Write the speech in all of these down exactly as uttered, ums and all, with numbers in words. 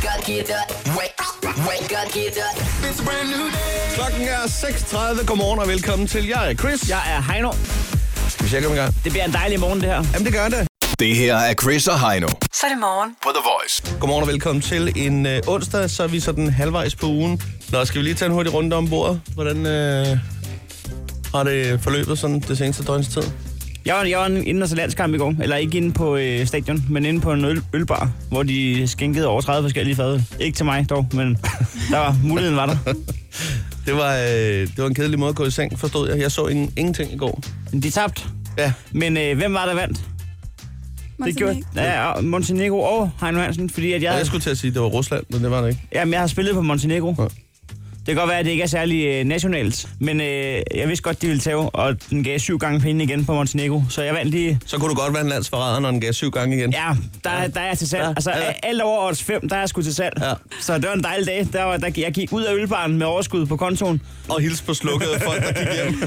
Klokken er seks tredive. Godmorgen og velkommen til. Jeg er Chris. Jeg er Heino. Skal vi se, komme i gang? Det bliver en dejlig morgen, det her. Jamen, det gør det. Det her er Chris og Heino. Så er det morgen på The Voice. Godmorgen og velkommen til en øh, onsdag, så er vi sådan halvvejs på ugen. Nå, skal vi lige tage en hurtig runde om bordet? Hvordan øh, har det forløbet sådan det seneste døgns tid? Jeg var, jeg var inde og så landskamp i går. Eller ikke inde på øh, stadion, men inde på en øl, ølbar, hvor de skænkede over tredive forskellige fadøl. Ikke til mig dog, men der var, muligheden var der. Det var, øh, det var en kedelig måde at gå i seng, forstod jeg. Jeg så ingen, ingenting i går. De tabte. Ja. Men øh, hvem var der vandt? Det gjorde ja, Montenegro og Heino Hansen, fordi at jeg... Ja, jeg skulle til at sige, at det var Rusland, men det var det ikke. Jamen, jeg har spillet på Montenegro. Ja. Det kan godt være, at det ikke er særlig øh, nationalt, men øh, jeg vidste godt, de ville tage, og den gav syv gange penge igen på Montenegro, så jeg vandt lige... Så kunne du godt være en landsforræder, når den gav syv gange igen. Ja, der, ja. der er jeg til salg. Ja. Altså, ja. alt over odds fem, der er jeg sgu til salg. Ja. Så det var en dejlig dag. Der var, der, jeg gik ud af ølbaren med overskud på kontoen. Og hils på slukkede folk, der gik hjem.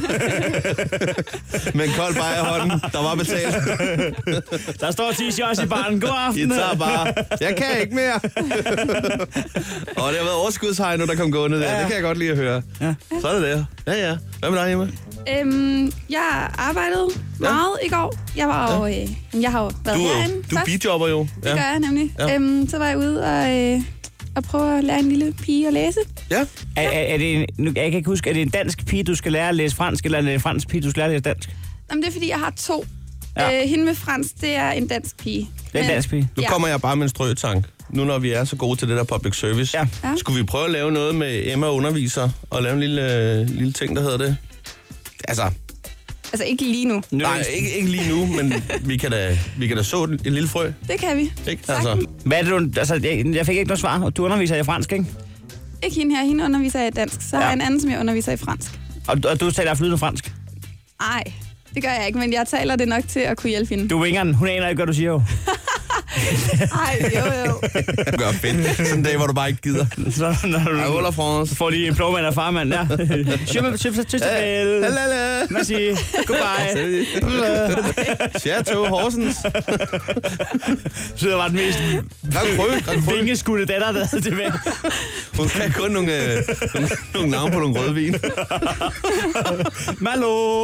Med en kold bajer i hånden, der var betalt. Der står ti shots i baren. God aften. I tager bare. Jeg kan ikke mere. Og det har været overskudshegnet, der kom gående der. Ja. Det kan jeg godt lide at høre. Ja. Så er det der. Ja, ja. Hvad med dig, Emma? Øhm, jeg arbejdede ja. meget i går. Jeg var jo, ja. øh, jeg har jo været du, herinde Du først. bijobber jo. Ja. Det gør jeg nemlig. Ja. Øhm, så var jeg ude og, øh, og prøve at lære en lille pige at læse. Ja. Er, er, er det en, nu, jeg kan ikke huske, er det en dansk pige, du skal lære at læse fransk, eller er det en fransk pige, du skal lære at læse dansk? Jamen, det er, fordi jeg har to. Ja. Øh, hende med fransk, det er en dansk pige. Det er en dansk pige. Nu ja. kommer jeg bare med en strøtank. Nu når vi er så gode til det der public service. Ja. Ja. Skulle vi prøve at lave noget med Emma underviser, og lave en lille, lille ting, der hedder det? Altså... Altså, ikke lige nu. Nej, ikke, ikke lige nu, men vi kan da, vi kan da så et, et lille frø. Det kan vi. Ikke? Altså. Hvad er det, du... Altså, jeg, jeg fik ikke noget svar. Du underviser i fransk, ikke? Ikke hende her. Hende underviser i dansk. Så ja. har jeg en anden, som jeg underviser i fransk. Og, og du taler flydende fransk? Nej, det gør jeg ikke, men jeg taler det nok til at kunne hjælpe hende. Du vinger den. Hun aner ikke, hvad du siger jo. Ej, jo, jo. Det gør fedt. Sådan en dag, hvor du bare ikke gider. Så når du ja, Ola France. får lige en plovmand af farmand, ja. Je me suis tout à fait. Merci. Goodbye. Chateau Horsens. Så det var den mest vingeskudte datter, der havde tilbage. Hun kan kun nogle, øh, nogle, nogle navne på nogle rødvin. Malo.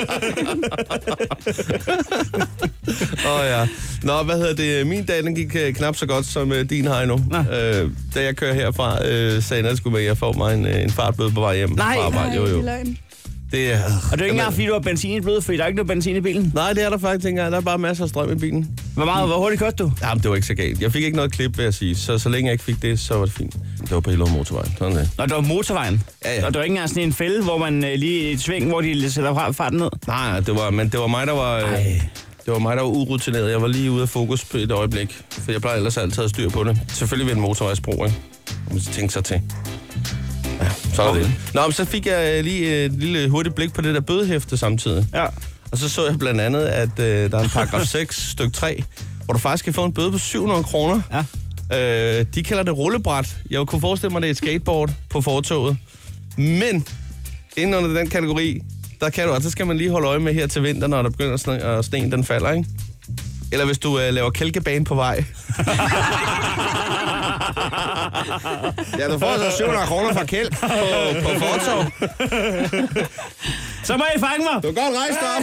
Åh oh, ja. Nå, hvad hedder det? Min dag, den gik uh, knap så godt som uh, din, Heino. Uh, da jeg kører herfra, uh, sagde jeg, at jeg får mig en, uh, en fartbøde på vej hjem. Nej, fra arbejde. Jo, jo. Det er... Og det er ikke engang, fordi du har benzin i blodet, fordi der er ikke noget benzin i bilen? Nej, det er der faktisk ikke engang. Der er bare masser af strøm i bilen. Hvor meget, hvor hurtigt kørte du? Jamen, det var ikke så galt. Jeg fik ikke noget klip, vil jeg sige. Så, så længe jeg ikke fik det, så var det fint. Det var på hele motorvejen. Sådan det. Nå, det var motorvejen? Ja, ja. Og det var ikke engang sådan en fælde, hvor man uh, lige et sving, hvor de sætter farten ned? Nej, det var, men det var mig, der var... Øh, det var mig, der var urutineret. Jeg var lige ude af fokus på et øjeblik. For jeg plejer ellers altid at styre på det. Selvfølgelig ved en motorvejsbro, ikke? Man skal tænke sig til. Ja, så er det. Nå, men så fik jeg lige et lille hurtigt blik på det der bødehæfte samtidig. Ja. Og så så jeg blandt andet, at øh, der er en paragraf seks, stykke tre, hvor du faktisk kan få en bøde på syv hundrede kroner. Ja. Øh, de kalder det rullebræt. Jeg kunne forestille mig, det er et skateboard på fortoget. Men inden under den kategori, der kan du, og så skal man lige holde øje med her til vinter, når der begynder sne, og sneen den falder, ikke? Eller hvis du øh, laver kælkebane på vej. Ja, du får altså syv hundrede kroner fra kælk på, på fortov. Så må I fange mig. Du kan godt rejse dig op.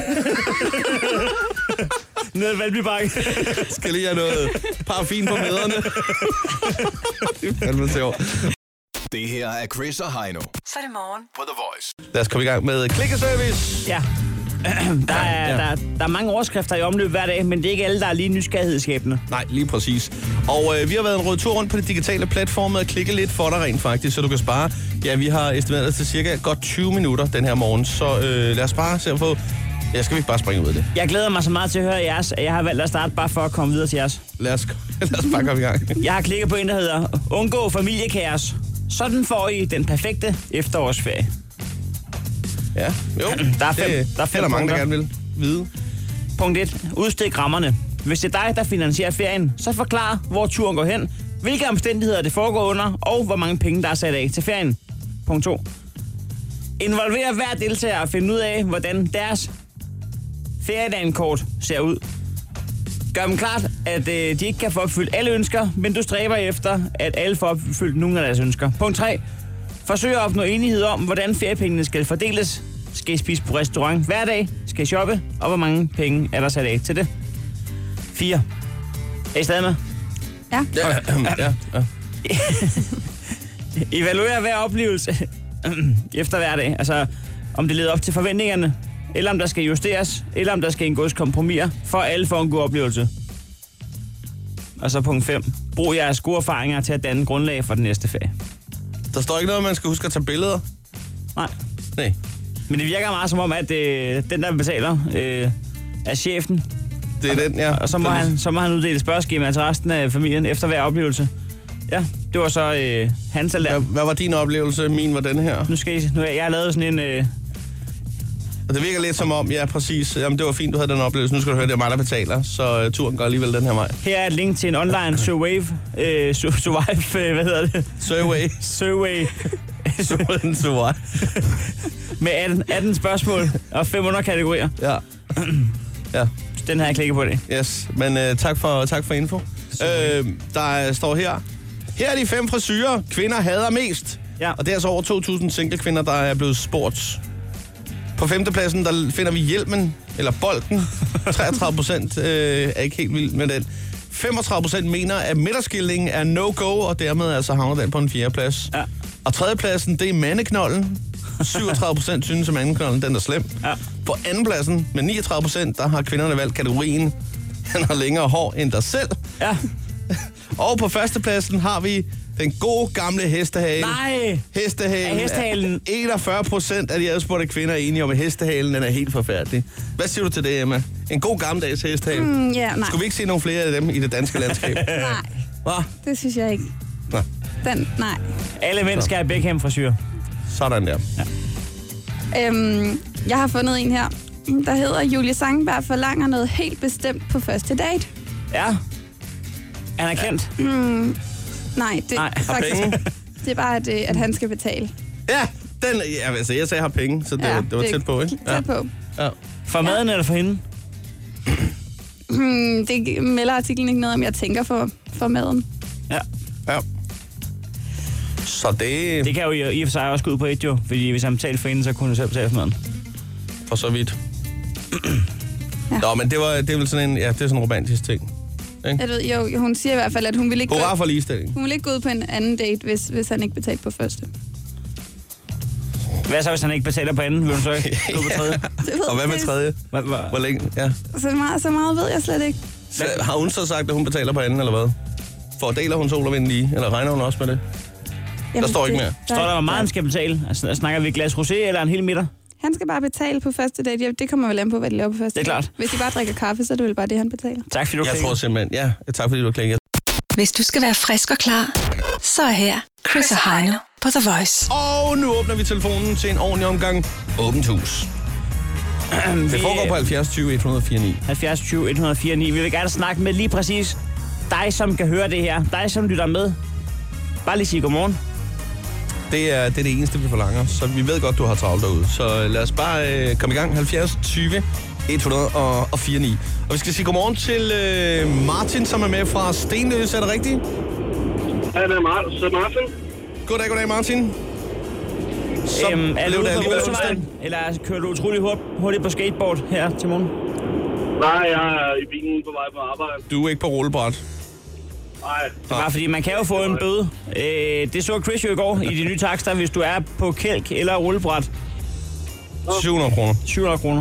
Nede i Valbybakke. Skal lige have noget paraffin på mæderne. Det er fandme sjovt. Det her er Chris og Heino. Så er det morgen på The Voice. Lad os komme i gang med klikkeservice. Ja. Der er, ja. der, der er mange overskrifter i omløb hver dag, men det er ikke alle, der er lige nysgerrighedsskabende. Nej, lige præcis. Og øh, vi har været en rød tur rundt på de digitale platforme og klikke lidt for dig rent faktisk, så du kan spare. Ja, vi har estimeret til cirka godt tyve minutter den her morgen, så øh, lad os bare se på. Ja, skal vi ikke bare springe ud af det? Jeg glæder mig så meget til at høre jeres. Jeg har valgt at starte bare for at komme videre til jeres. Lad os, lad os bare komme i gang. Jeg har klikket på en, der hedder Undgå familiekaos. Sådan får I den perfekte efterårsferie. Ja, jo. Der er fem, det, der er fem er der mange, punkter. der gerne vil vide. Punkt et. Udstik rammerne. Hvis det er dig, der finansierer ferien, så forklar, hvor turen går hen, hvilke omstændigheder det foregår under, og hvor mange penge, der er sat af til ferien. Punkt to. Involver hver deltager og finde ud af, hvordan deres feriedagenkort ser ud. Gør dem klart, at øh, de ikke kan få opfyldt alle ønsker, men du stræber efter, at alle får opfyldt nogle af deres ønsker. Punkt tre. Forsøg at opnå enighed om, hvordan feriepengene skal fordeles. Skal I spise på restaurant hver dag? Skal I shoppe? Og hvor mange penge er der sat af til det? fire. Er I stadig med? Ja. Ja, ja, ja. Evaluer hver oplevelse efter hver dag. Altså, om det leder op til forventningerne, eller om der skal justeres, eller om der skal indgås kompromiser, for at alle får en god oplevelse. Og så punkt fem. Brug jeres gode erfaringer til at danne grundlag for den næste ferie. Der står ikke noget, man skal huske at tage billeder. Nej. Nej. Men det virker meget som om, at øh, den, der betaler, øh, er chefen. Det er den, ja. Og så må, han, så må han uddele spørgeskema til resten af familien efter hver oplevelse. Ja, det var så øh, hans alder. Hvad, hvad var din oplevelse? Min var den her. Nu skal I, nu, jeg har lavet sådan en... Øh... Og det virker lidt som om, ja præcis, jamen det var fint, du havde den oplevelse. Nu skal du høre, det er mig, der betaler. Så uh, turen går alligevel den her vej. Her er et link til en online survey. Øh, survive, øh, hvad hedder det? Survey. Survey. Survey. Med atten, atten spørgsmål og fem underkategorier. Ja. Ja. Den har jeg klikket på det. Yes, men uh, tak, for, tak for info. Uh, der står her. Her er de fem frisyrer, kvinder hader mest. Ja. Og det er altså over to tusind single kvinder, der er blevet spurgt. På femtepladsen, der finder vi hjelmen, eller bolden. treogtredive procent øh, er ikke helt vild med den. femogtredive procent mener, at midterskilningen er no-go, og dermed altså havner den på en fjerdeplads. Ja. Og tredjepladsen, det er mandeknolden. syvogtredive procent synes, at mandeknolden den er slem. Ja. På andenpladsen, med niogtredive procent, der har kvinderne valgt kategorien, han har længere hår end dig selv. Ja. Og på førstepladsen har vi den gode gamle hestehale. Nej! Hestehalen. Er hestehalen- enogfyrre procent af de adspurgte kvinder er enige om, at hestehalen den er helt forfærdelig. Hvad siger du til det, Emma? En god gammeldags hestehale. Mm, ja, nej. Skulle vi ikke se nogle flere af dem i det danske landskab? Nej, Hvad? det synes jeg ikke. Nå, Den, nej. Alle mænd skal have Beckham-frisyr. sådan der. Ja. Øhm, jeg har fundet en her, der hedder Julie Sangenberg forlanger noget helt bestemt på første date. Ja. Han er kendt. Mm, nej, det, Nej, har faktisk, penge. det er bare, at, øh, at han skal betale. Ja, den, ja, altså, jeg sagde, jeg har penge, så det, Ja, det var tæt på, ikke? Ja. Tæt på. Ja. For maden eller for hende? Hmm, det melder artiklen ikke noget om, jeg tænker for, for maden. Ja. Ja. Så det, Det kan jo i i og for sig også gå ud på et jo, fordi hvis han betaler for hende, så kunne han selv betale for maden. for så vidt. Ja. Nå, men det, var, det er vel sådan en, ja, det er sådan en romantisk ting. Jeg ved, jo, jo, hun siger i hvert fald, at hun vil ikke, Hurra gå, for ligestilling. hun vil ikke gå ud på en anden date, hvis, hvis han ikke betaler på første. Hvad så, hvis han ikke betaler på anden? Vil du så ikke gå på tredje? Det ved Og hvad med jeg- tredje? Hvad, hvad? Hvor længe? Ja. Så meget, så meget ved jeg slet ikke. Så, har hun så sagt, at hun betaler på anden, eller hvad? Fordeler hun sol og vind lige? Eller regner hun også med det? Jamen, står ikke det- mere. Står der, hvor meget han skal betale? Altså, snakker vi et glas rosé eller en hel midter? Han skal bare betale på første date. Ja, det kommer vel an på, hvad de laver på første Det er date. klart. Hvis de bare drikker kaffe, så er det vel bare det, han betaler. Tak fordi du Jeg klikkede. tror simpelthen, ja, tak fordi du har klikket. Hvis du skal være frisk og klar, så er her Chris og Heino på The Voice. Og nu åbner vi telefonen til en ordentlig omgang åbent hus. Det foregår på halvfjerds tyve et nul fire ni. halvfjerds tyve et nul fire ni. Vi vil gerne snakke med lige præcis dig, som kan høre det her. Dig, som lytter med. Bare lige sige godmorgen. Det er, det er det eneste, vi forlanger, så vi ved godt, du har travlt derude. Så lad os bare øh, komme i gang. halvfjerds tyve et nul fire ni. Og vi skal sige godmorgen til øh, Martin, som er med fra Stenløse. Er det rigtigt? Ja, det er Martin. Så Martin. Goddag, goddag Martin. Så Øhm, er du blev ude det på alligevel motorvejen? onsdag. Eller kører du utrolig hurtigt, hurtigt på skateboard her til morgen? Nej, jeg er i bilen på vej på arbejde. Du er ikke på rullebræt. Nej. Det er bare fordi, man kan jo få en bøde. Øh, det så Chris jo i går i de nye takster, hvis du er på kælk eller rullebræt. syv hundrede kroner. syv hundrede kroner.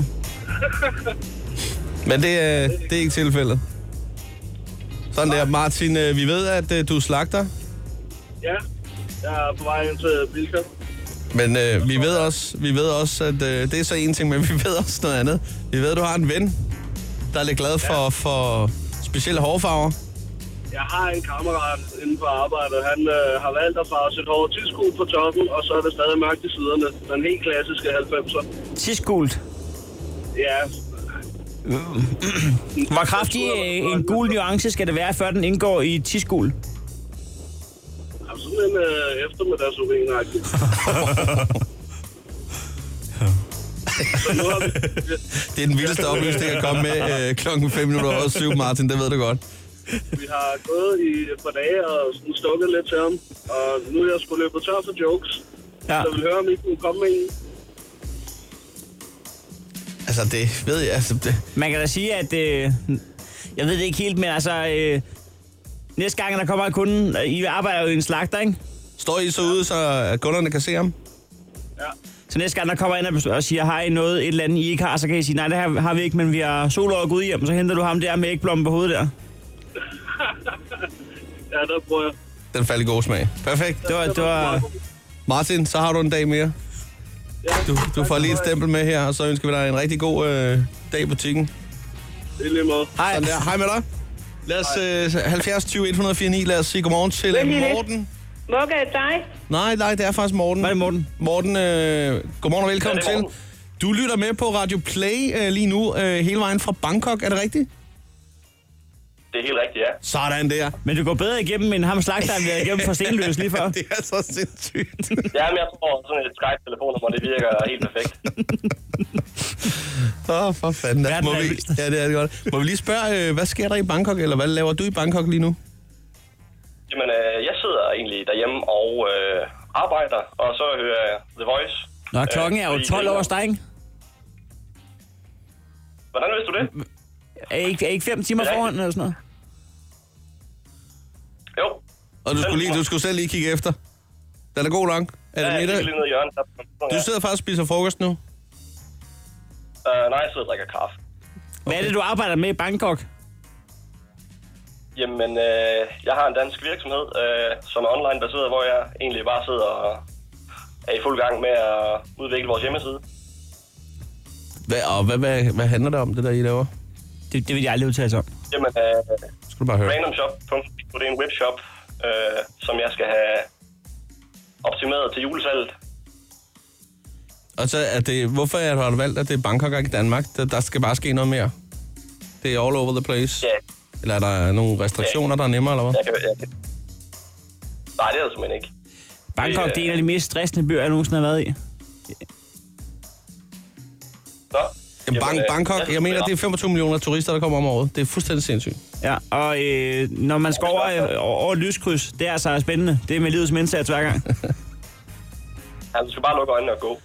Men det er, det er ikke tilfældet. Sådan der. Martin, øh, vi ved, at øh, du slagter. Ja, jeg er på vej ind til Bilka. Men øh, vi ved også, vi ved også, at øh, det er så en ting, men vi ved også noget andet. Vi ved, at du har en ven, der er lidt glad for, for specielle hårfarver. Jeg har en kammerat inden for arbejdet. Han øh, har valgt at farve sit hår tidsgult på toppen, og så er det stadig mørkt i siderne. Den helt klassiske halvfemser. Tidsgult. Ja. Hvor kraftig øh, en gul nuance skal det være, før den indgår i tidsgul? Jamen, sådan en øh, eftermiddagsurin-agtig. Så nu har vi... Det er den vildeste oplysning at komme med øh, klokken fem minutter over syv, Martin. Det ved du godt. Vi har gået i et par dage og sådan stukket lidt til ham. Og nu er jeg sgu løbet tør for jokes. Ja. Så jeg vil høre, om I kunne komme med en. Altså, det ved jeg. Altså, det... Man kan da sige, at... Øh, jeg ved det ikke helt, men altså... Øh, næste gang, der kommer en kunde... I arbejder jo i en slagter, ikke? Står I så ude, så kunderne kan se ham? Ja. Så næste gang, der kommer ind og siger, har I noget, et eller andet, I ikke har, så kan I sige, nej, det har, har vi ikke, men vi har sol over Gud hjem, så henter du ham der med ægblommen på hovedet der. Ja, der prøver jeg. Den faldt i god smag. Perfekt. Det var, det var... Martin, så har du en dag mere. Du, du får lige et stempel med her, og så ønsker vi dig en rigtig god øh, dag i butikken. Det er lige måde. Hej. Sådan der. Hej med dig. Lad os øh, halvfjerds tyve et hundrede fire ni, lad os sige godmorgen til Morten. Mokka, er det dig? Nej, nej, det er faktisk Morten. Hvad er det, Morten? Morten, øh, godmorgen og velkommen ja, til. Du lytter med på Radio Play øh, lige nu, øh, hele vejen fra Bangkok, er det rigtigt? Det er helt rigtigt, ja. Sådan der. Men du går bedre igennem, end ham slagteren, vi er igennem for Stenløs lige før. Det er så sindssygt. Ja, men jeg tror, sådan et Skype-telefonnummer, det virker helt perfekt. Åh, oh, for fanden. Da. Må vi, ja, det er det godt. Må vi lige spørge, øh, hvad sker der i Bangkok, eller hvad laver du i Bangkok lige nu? Jamen, øh, jeg sidder egentlig derhjemme og øh, arbejder, og så hører jeg The Voice. Nå, klokken er jo tolv over dig, ikke? Hvordan vidste du det? Er I ikke, er I ikke fem timer foran, eller sådan noget? Jo. Og du skulle, lige, du skulle selv lige kigge efter. Den er god nok. Er det ja, middag? Ja, lige nede i hjørnet. Du sidder faktisk og spiser frokost nu? Uh, nej, jeg sidder og drikker kaffe. Okay. Hvad er det, du arbejder med i Bangkok? Jamen, øh, jeg har en dansk virksomhed, øh, som er online-baseret, hvor jeg egentlig bare sidder og er i fuld gang med at udvikle vores hjemmeside. Hvad, og hvad, hvad, hvad handler det om, det der, I laver? Det, det vil jeg aldrig udtale sig om. Jamen, øh, skal du bare høre. randomshop punktum d k, det er en webshop, øh, som jeg skal have optimeret til julesalget. Og så er det, hvorfor har du valgt, at det er Bangkok og ikke Danmark? Der, der skal bare ske noget mere. Det er all over the place. Ja. Eller er der nogle restriktioner, ja. der er nemmere, eller hvad? Jeg kan, jeg kan. Nej, det er det simpelthen ikke. Bangkok, det er en af de mest stressende byer, jeg nogensinde har været i. Nå. Jamen, Bang, Bangkok, jeg mener, det er femogtyve millioner turister, der kommer om året. Det er fuldstændig sindssygt. Ja, og øh, når man skal over, øh, over lyskryds, det er altså spændende. Det er med livets indsats hver gang. Ja, du skal bare lukke øjnene og gå.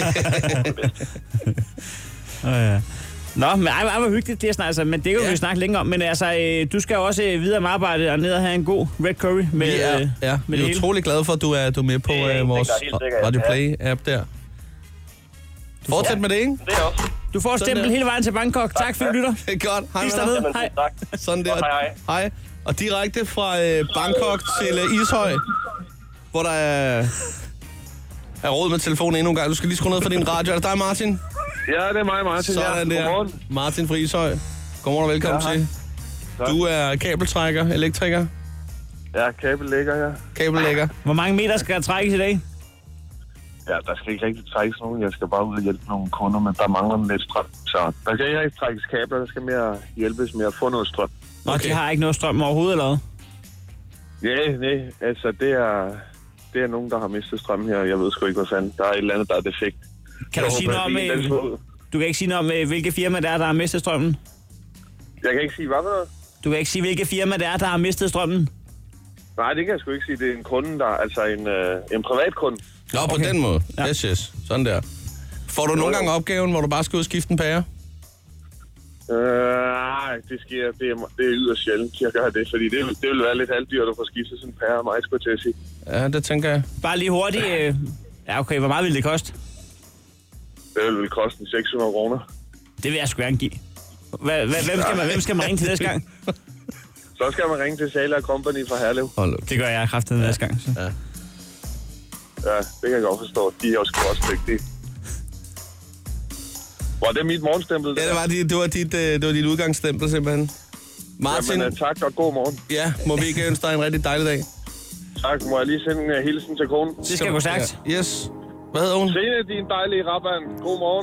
Oh, ja. Nå, men ej, ej, hvor hyggeligt det er snart, altså, men det kan ja. vi snakke længere om. Men altså, øh, du skal jo også øh, videre med arbejde og ned og have en god red curry med, vi er, øh, ja, med vi er det utrolig glade for, at du er, du er med på øh, vores Radio Play-app der. Fortsæt ja. med det, ikke? Det er også. Du får et stempel hele vejen til Bangkok. Tak, tak for, at du lytter. Det er godt. Hej med dig. Hej. Tak. Sådan der. Hej, hej. Hej. Og direkte fra øh, Bangkok til øh, Ishøj, hvor der er, er råd med telefonen endnu en gang. Du skal lige skrue ned for din radio. Er det dig, Martin? Ja, det er mig, Martin. Sådan der. Godmorgen. Martin fra Ishøj. Godmorgen og velkommen ja, til. Du er kabeltrækker, elektriker. Ja, kabellægger, ja. Kabellægger. Hvor mange meter skal der trækkes i dag? Ja, der skal ikke rigtig trækkes nogen. Jeg skal bare ud og hjælpe nogle kunder, men der mangler lidt strøm. Så der skal ikke rigtig trækkes kabler, der skal mere hjælpes med at få noget strøm. Okay. Og de har ikke noget strøm overhovedet, eller hvad? Ja, nej. Altså, det er, det er nogen, der har mistet strøm her. Jeg ved sgu ikke, hvad fanden. Der er et eller andet, der er defekt. Kan du sige noget om, øh, du kan ikke sige noget om, øh, hvilke firma det er, der har mistet strømmen? Jeg kan ikke sige, hvad for noget? Du kan ikke sige, hvilke firma det er, der har mistet strømmen? Nej, det kan jeg sgu ikke sige. Det er en kunde, der altså en, øh, en privat kunde. Nå, på okay. den måde. Ja. Yes, yes. Sådan der. Får du nogle gange opgaven, hvor du bare skal ud og skifte en pære? Øh, nej, det sker. Det er, det er yderst sjældent, jeg gør det. Fordi det, det vil være lidt halvdyrt at få skiftet sådan en pære af mig, skulle jeg til at sige. Ja, det tænker jeg. Bare lige hurtigt. Øh... Ja, okay. Hvor meget vil det koste? Det vil vel koste seks hundrede kroner. Det vil jeg sgu gerne give. Hva, hva, hvem, skal man, hvem skal man ringe til næste gang? Så skal man ringe til Saler Company fra Herlev. Det gør jeg kraftigt næste gang. Så. Ja. Ja, det kan jeg godt forstå. De er også, også dygtige. Var det mit morgenstempel? Ja, det var dit, det var dit, det var dit udgangsstempel simpelthen. Martin. Jamen, tak og god morgen. Ja, må vi ikke ønske dig en rigtig dejlig dag. Tak. Må jeg lige sende en hilsen til konen? Det skal gå stærkt. Ja. Yes. Hvad hedder hun? Sene, din dejlige rabban. God morgen.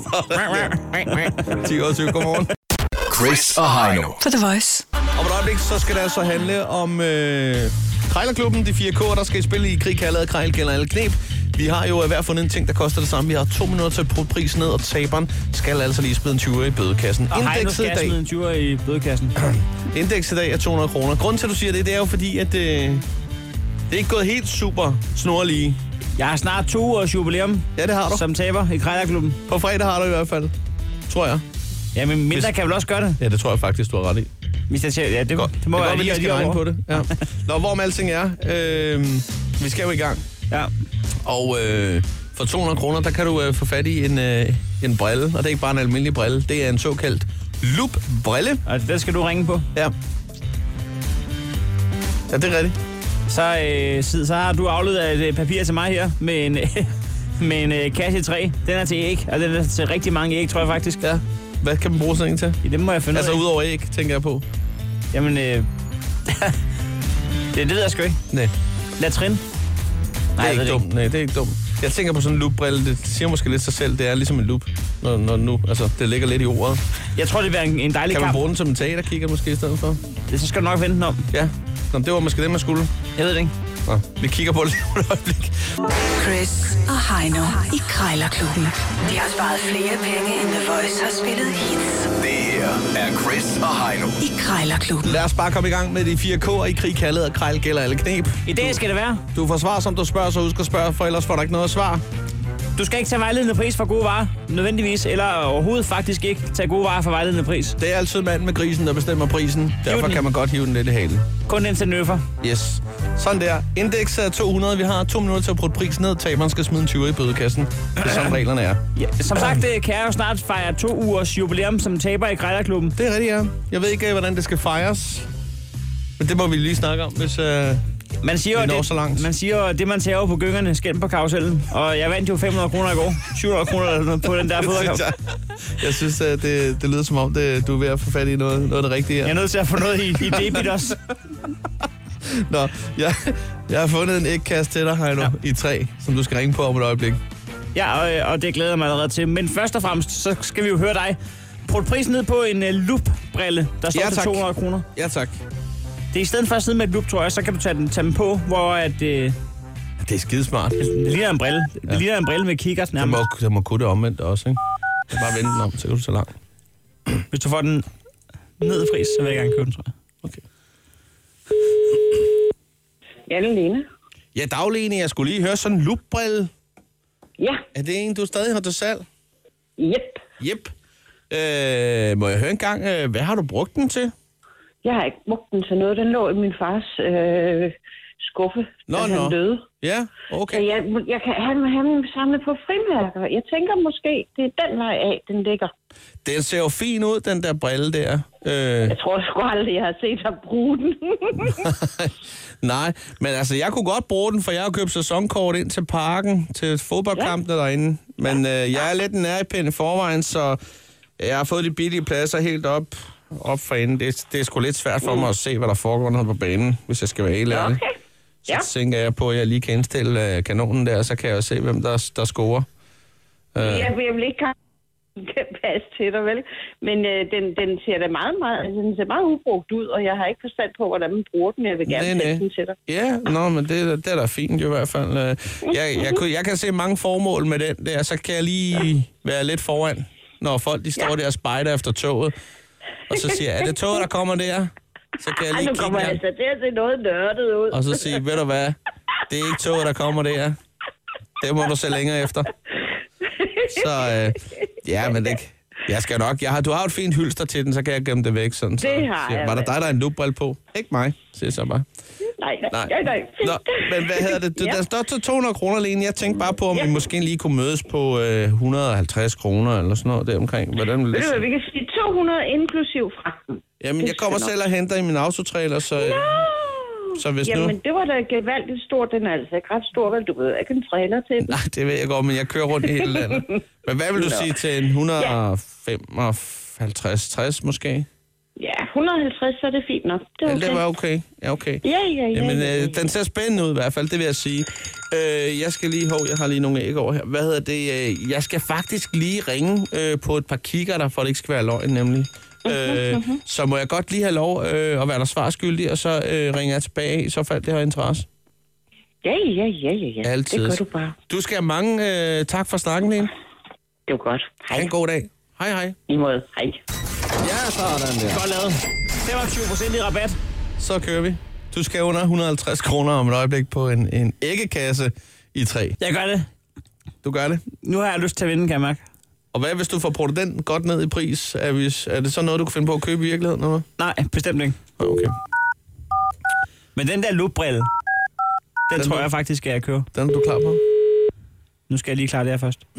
ti år tyve, god morgen. Chris og Heino. For The Voice. Om et øjeblik, så skal det altså handle om øh, Krejlerklubben, de fire K'er, der skal spille i krig kaldet Krejl kender alle knep. Vi har jo hver fundet en ting, der koster det samme. Vi har to minutter til at putte prisen ned, og taberen skal altså lige smide en tyver i bødekassen. Og Heino skal smide en tyver i bødekassen. Indeks i dag er to hundrede kroner. Grunden til, at du siger det, det er jo fordi, at øh, det er ikke gået helt super snorlige. Jeg har snart to års jubilæum. Ja, det har du. Som taber i Krejlerklubben. På fredag har du i hvert fald. Tror jeg. Ja, men mindre Hvis... kan vel også gøre det? Ja, det tror jeg faktisk, du har ret i. Hvis jeg siger, ja, det, Godt. det må det være godt, lige, vi skal regne på det. Ja. Nå, hvorom alting er. Øh, vi skal jo i gang. Ja. Og øh, for to hundrede kroner, der kan du øh, få fat i en, øh, en brille. Og det er ikke bare en almindelig brille. Det er en såkaldt loop-brille. Og den skal du ringe på. Ja. Ja, det er rigtigt. Så, øh, så, så har du afleveret et papir til mig her med en, med en øh, kasse træ. Den er til æg, og den er til rigtig mange æg, tror jeg faktisk. Ja. Hvad kan man bruge sådan en til? Ja, det må jeg finde Altså ud af. udover æg, tænker jeg på. Jamen, øh, det, det ved jeg sgu ikke. Nej. Latrin. Det Nej, er jeg ved ikke det dumt. Nej, det er ikke dumt. Jeg tænker på sådan en loop-brille. Det siger måske lidt sig selv. Det er ligesom en loop, når, når nu, altså, det ligger lidt i ordet. Jeg tror, det vil være en, en dejlig Kan man kamp. bruge den som en teaterkigger måske i stedet for? Det, så skal du nok vente den om. Ja. Nå, det var måske det, man skulle. Jeg ved det ikke. Nå, vi kigger på det lige om et øjeblik. Chris og Heino i Krejlerklubben. De har sparet flere penge, end The Voice har spillet hits Det her er Chris og Heino. i Krejlerklubben. Lad os bare komme i gang med de fire K'er i krig, kaldet og krejl, gælder alle knep. I dag skal det være. Du får svar, som du spørger, så husk at spørge, for ellers får du ikke noget at svare. Du skal ikke tage vejledende pris for gode varer, nødvendigvis, eller overhovedet faktisk ikke tage gode varer for vejledende pris. Det er altid manden med grisen, der bestemmer prisen. Derfor den. kan man godt hive den lidt i halen. Kun indtil den øffer. Yes. Sådan der. Indeks er to hundrede. Vi har to minutter til at putte prisen ned. Taberen skal smide en tyver i bødekassen. Det er sådan reglerne er. Ja, som sagt, det kan jeg jo snart fejre to ugers jubilæum som taber i Krejlerklubben. Det er rigtigt, ja. Jeg ved ikke, hvordan det skal fejres. Men det må vi lige snakke om, hvis... Uh... Man siger, Vi når det, så langt. man siger jo, det man tager på gyngerne, skænd på karusellen. Og jeg vandt jo fem hundrede kroner i går. syv hundrede kroner eller noget på den der fodboldkamp. jeg, jeg synes, at det, det lyder som om, det, du er ved at få fat i noget, noget af det rigtige her. Jeg er nødt til at få noget i, i debit også. Nå, jeg, jeg har fundet en ægkasse til dig, Heino, ja. i træ, som du skal ringe på om et øjeblik. Ja, og, og det glæder jeg mig allerede til. Men først og fremmest, så skal vi jo høre dig. Prøv prisen ned på en uh, loop-brille, der står Ja, til tak. to hundrede kroner. Ja, tak. Det er i stedet for at sidde med et loop, tror jeg, så kan du tage den, tage den på, hvor at, uh, det Det er skidesmart. ligner en brille. Det Ja. ligner en brille med kikkert Det nærmest. må, det må kunne det omvendt også, ikke? Jeg bare vente den om, så er du så langt. Hvis du får den ned i pris, så vil jeg gerne købe den, tror jeg. Okay. Ja, det er Lene. Ja, dag, Lene. Jeg skulle lige høre sådan en loopbrille. Ja, Er det en, du stadig har til salg? jep. Jep. Øh, må jeg høre en gang, øh, hvad har du brugt den til? Jeg har ikke brugt den til noget. Den lå i min fars øh, skuffe, Nå, da nå. han døde. Ja, Så okay. jeg, jeg kan have ham samlet på frimærker. Jeg tænker måske, det er den vej af, den ligger. Den ser jo fin ud, den der brille der. Øh, Jeg tror sgu aldrig, jeg har set ham bruge den. nej, men altså, jeg kunne godt bruge den, for jeg har købt sæsonkort ind til parken, til fodboldkampene ja. derinde. Men øh, jeg er lidt nær i pinde i forvejen, så jeg har fået de billige pladser helt op, op for enden. Det, det er sgu lidt svært for mm. mig at se, hvad der foregår nede på banen, hvis jeg skal være helt ærlig. Okay. Så Ja. tænker jeg på, at jeg lige kan indstille øh, kanonen der, så kan jeg jo se, hvem der, der scorer. Øh, Jeg, jeg vil ikke kan passe til dig, vel? Men øh, den, den ser da meget, meget, altså, den ser meget ubrugt ud, og jeg har ikke forstand på, hvordan man bruger den. Jeg vil gerne Nej, nej. sætte den til dig. Ja, nå, men det, det er da fint jo i hvert fald. Øh, Jeg, jeg, kunne- jeg kan se mange formål med den der, så kan jeg lige være lidt foran, når folk de står Ja. der og spejder efter toget. Og så siger jeg, er det toget, der kommer der? Så kan jeg Ej, lige nu kigge kommer der, altså til at se noget nørdet ud. og så sige, ved du hvad, det er ikke toget, der kommer der. Det må du se længere efter. Så øh, ja, men det, jeg skal nok. Jeg har, du har et fint hylster til den, så kan jeg gemme det væk. Sådan, så, Det har siger, jeg, var der mand. dig, der er en loopbrille på? Ikke mig, siger jeg så bare. Nej, nej, Nej. nej, nej. Nå, men hvad hedder det? Du, Ja. Der står til to hundrede kroner, Lene. Jeg tænkte bare på, om Ja. vi måske lige kunne mødes på øh, et hundrede og halvtreds kroner eller sådan noget deromkring. Hvordan vil Ved det du hvad, se? vi kan sige to hundrede inklusiv fragten. Jamen, det jeg kommer skal selv og henter i min autotrailer, så, øh, så hvis nu... Jamen, det var da gevaldigt stort. Den er altså ikke ret stor, vel? Du ved ikke en trailer til den. Nej, det ved jeg godt, men jeg kører rundt i hele landet. Men hvad vil du sige til en et hundrede og femoghalvtreds tres måske? Ja, et hundrede og halvtreds, så er det fint nok. Det er Ja, okay. det var okay. Ja, okay. Ja, ja, ja. Jamen, ja, ja. øh, den ser spændende ud i hvert fald, det vil jeg sige. Øh, jeg skal lige... Hov, jeg har lige nogle æg over her. Hvad hedder det? Øh, jeg skal faktisk lige ringe øh, på et par kikkerter, for det ikke skal være løgn, nemlig. Øh, mhm. så må jeg godt lige have lov øh, at være der svarskyldig, og så øh, ringer jeg tilbage, i så fald det har interesse. Ja, ja, ja, ja, ja. Altid. Det gør du bare. Du skal have mange øh, tak for snakken, Lene. Det var godt. Hej. Ha' en god dag. Hej, hej. I måde. Hej. Ja, sådan der. Godt lavet. femogtyve procent i rabat. Så kører vi. Du skal under et hundrede og halvtreds kroner om et øjeblik på en, en æggekasse i træ. Jeg gør det. Du gør det. Nu har jeg lyst til at vinde, kan jeg mærke. Og hvad hvis du får prøvet den godt ned i pris? Er, vi, er det så noget, du kan finde på at købe i virkeligheden? Eller? Nej, bestemt ikke. Okay. Men den der loopbrille, den, den tror du, jeg faktisk, skal jeg købe. Den er du klar på? Nu skal jeg lige klare det her først.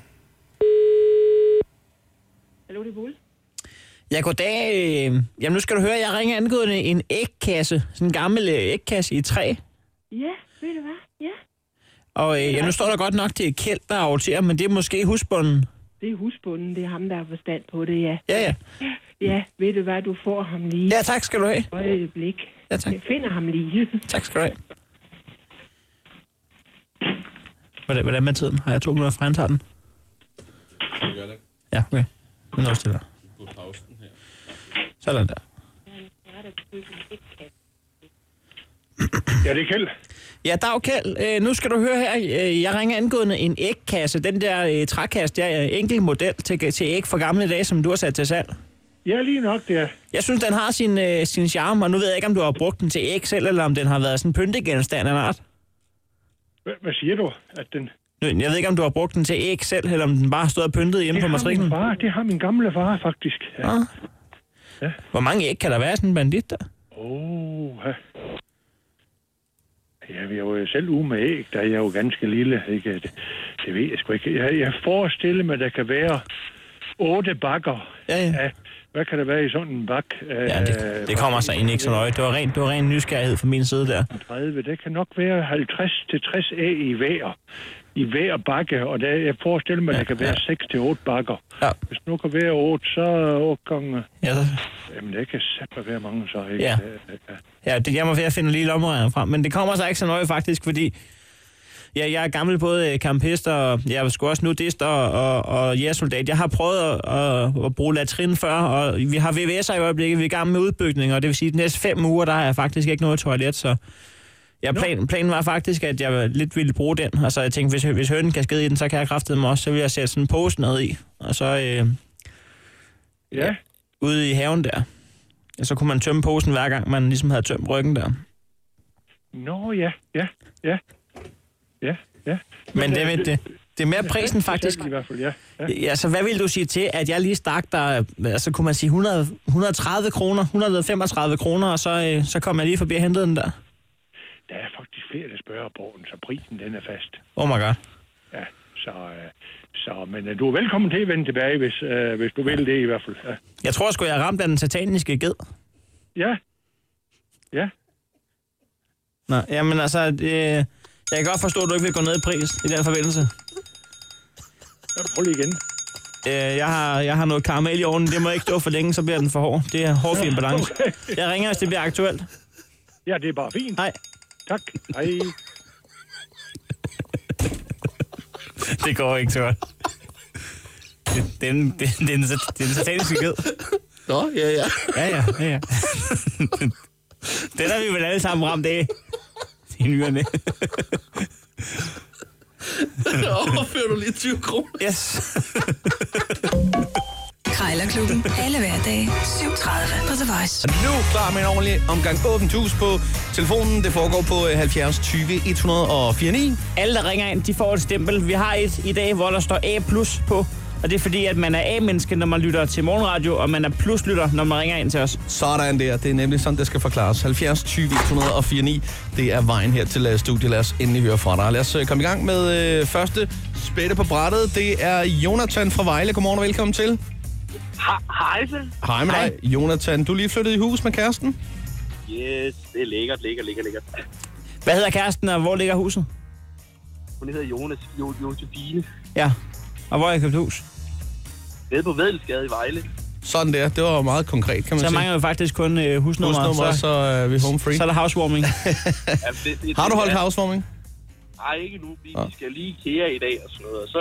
Hallo, det er Bull. Ja, goddag. Jamen, nu skal du høre, jeg ringer angående en ægkasse. Sådan en gammel ægkasse i træ. Ja, ved du hvad? Ja. Og øh, ja, nu står der godt nok til Kjeld, der avorterer, men det er måske husbunden. Det er husbunden, det er ham, der har forstand på det, ja. Ja, ja. Ja, ved du hvad, du får ham lige. Ja, tak skal du have. Og et blik. Ja, tak. Jeg finder ham lige. Tak skal du have. Hvordan, hvordan med tiden? Har jeg to minutter fra, han tager den? Ja, okay. Nu er stille. Sådan der. Ja, det er Kjeld. Ja, dag Kjeld. Øh, nu skal du høre her. Øh, jeg ringer angående en ægkasse. Den der øh, trækasse, der er en enkelt model til, til æg for gamle dage, som du har sat til salg. Ja, lige nok, det er. Jeg synes, den har sin, øh, sin charme, og nu ved jeg ikke, om du har brugt den til æg selv, eller om den har været sådan en pyntegenstand af en art. Hvad, hvad siger du? At den... Jeg ved ikke, om du har brugt den til æg selv, eller om den bare har stået og pyntet hjemme på matriklen. Det har min far, det har min gamle far faktisk. Ja. Ja. Ja. Hvor mange æg kan der være sådan en bandit der? Åh, oh, ja. Ja, vi er jo selv ude med æg, der er jeg jo ganske lille. Ikke? Det, det ved jeg sgu ikke. Jeg, jeg forestiller mig, at der kan være otte bakker. Ja, ja. Af, hvad kan der være i sådan en bak? Ja, det, det kommer sig egentlig ikke så nøje. Det var ren, det var ren nysgerrighed fra min side der. tredive, det kan nok være halvtreds til tres æg i hver. I hver bakke, og der, jeg forestiller mig, at ja, der kan være ja. seks til otte bakker. Ja. Hvis nu kan være otte, så otte gange... Ja, så... Jamen, det kan sætte være mange så, ikke? Ja, ja det, jeg må ved at finde lige lommeregneren frem, men det kommer sig ikke så nøje faktisk, fordi ja, jeg er gammel både campist, og jeg er sgu også nudist og, og, og jægersoldat. Jeg har prøvet at, at, at bruge latrin før, og vi har V V S'er i øjeblikket, vi er i gang med udbygning, og det vil sige, at de næste fem uger, der har jeg faktisk ikke noget toilet, så... Ja, plan, planen var faktisk, at jeg lidt ville bruge den. Altså, jeg tænkte, hvis, hvis hønen kan skide i den, så kan jeg kraftedeme mig også. Så vil jeg sætte sådan en pose ned i. Og så øh, ja. ude i haven der. Ja, så kunne man tømme posen hver gang, man ligesom havde tømt ryggen der. Nå, ja, ja, ja. Ja, ja. Men det, det, det, det er mere prisen faktisk. I hvert fald, ja. Ja. Ja, så hvad vil du sige til, at jeg lige stak der, altså kunne man sige hundrede, et hundrede og tredive kroner, et hundrede og femogtredive kroner, og så, øh, så kom jeg lige forbi og hentede den der? Der er faktisk flere, der spørger på den, så prisen den er fast. Oh my god. Ja, så, øh, så men øh, du er velkommen til at vende tilbage, hvis, øh, hvis du vil det i hvert fald. Ja. Jeg tror sgu, jeg ramte af den sataniske ged. Ja. Ja. Nå, jamen altså, det, jeg kan godt forstå, at du ikke vil gå ned i pris i den forbindelse. Ja, prøv lige igen. Øh, jeg, har, jeg har noget karamel i ovnen, det må ikke stå for længe, så bliver den for hård. Det er hårfin balance. Okay. Jeg ringer, hvis det bliver aktuelt. Ja, det er bare fint. Hej. Tak. Hej. Det går ikke så godt. Det, det, er en, det, det, er en, det er en sataniske ged. Nå, ja, ja. Ja, ja, ja, ja. Den har vi vel alle sammen ramt af. I nyerne. Overfører du lige tyve kroner? Yes. Krejlerklubben. Alle hverdage. syv tredive på The Voice. Nu klar med en ordentlig omgang åbent hus på telefonen. Det foregår på halvfjerds tyve et nul fire ni. Alle, der ringer ind, de får et stempel. Vi har et i dag, hvor der står A plus på. Og det er fordi, at man er A-menneske, når man lytter til morgenradio, og man er plus-lytter, når man ringer ind til os. Sådan der. Det er nemlig sådan, det skal forklares. halvfjerds tyve et nul fire ni. Det er vejen her til studiet. Lad os endelig høre fra dig. Lad os komme i gang med øh, første spætte på brættet. Det er Jonathan fra Vejle. Godmorgen og velkommen til. Hej, så. Hej med dig, Jonathan. Du er lige flyttet i hus med kæresten? Yes, det er lækkert, lækkert, lækkert, lækkert. Hvad hedder kæresten, og hvor ligger huset? Hun hedder Jonas, jo, Josefine. Ja, og hvor har I købt hus? Nede på Vædelsgade i Vejle. Sådan der. Det var meget konkret, kan man så sige. Så mangler vi faktisk kun uh, husnummer. Husnummer, så, så er vi home free. Så er der housewarming. ja, det, det, har du holdt ja. housewarming? Nej, ikke nu. Vi, ja. vi skal lige IKEA i dag og sådan noget. Og så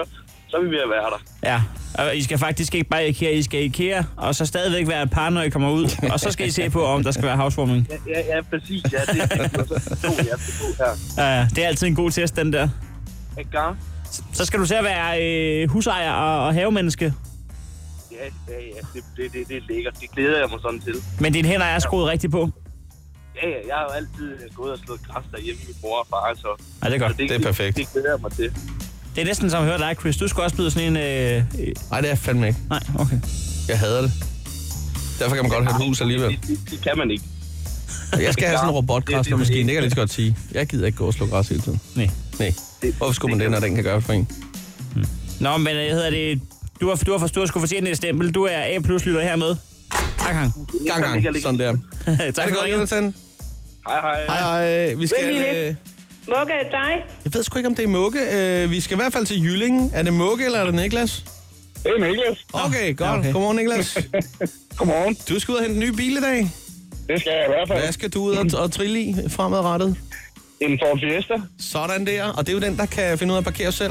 så er vi ved at være der. Ja, og I skal faktisk ikke bare i IKEA, I skal i IKEA, og så stadigvæk være et par, når I kommer ud. Og så skal I se på, om der skal være housewarming. Ja, ja, ja præcis. Ja, det er det, så to, jeg skal på her. Ja, det er altid en god test, den der. Ikke gang? Så skal du til at være øh, husejer og, og havemenneske. Ja, ja, ja. Det, det, det, det er lækkert. Det glæder jeg mig sådan til. Men dine hænder er skruet rigtigt på. Ja, ja. Jeg har jo altid gået og slået græs derhjemme med min mor og far, så... Ja, det er godt. Så det, det er perfekt. Det, det glæder jeg mig til. Det er næsten som at høre dig, Chris. Du skal også byde sådan en... Øh... Nej, det er fandme ikke. Nej, okay. Jeg hader det. Derfor kan man godt have et hus alligevel. Det, det, det kan man ikke. Jeg skal have sådan en robotgræsslåmaskine. Det kan jeg lige så godt sige. Jeg gider ikke gå og slå græs hele tiden. Nej. Nej. Hvorfor skulle man det, når den kan gøre for en? Hmm. Nå, men jeg hedder det... Du har, du har forstået, at skulle fortjene et stempel. Du er A plus lytter hermed. Tak, gang. Gang, gang. Sådan der. Tak for ringen. Hej, hej. Hej, hej. Vi skal... Øh... Mugge, er det dig? Jeg ved sgu ikke, om det er Mugge. Øh, vi skal i hvert fald til Jylling. Er det Mugge, eller er det Niklas? Det er Niklas. Okay, godt. Okay. Godmorgen, Niklas. Godmorgen. Du skal ud og hente en ny bil i dag. Det skal jeg i hvert fald. Hvad skal du ud og, og trille i fremadrettet? En Ford Fiesta. Sådan der. Og det er jo den, der kan finde ud af at parkere selv.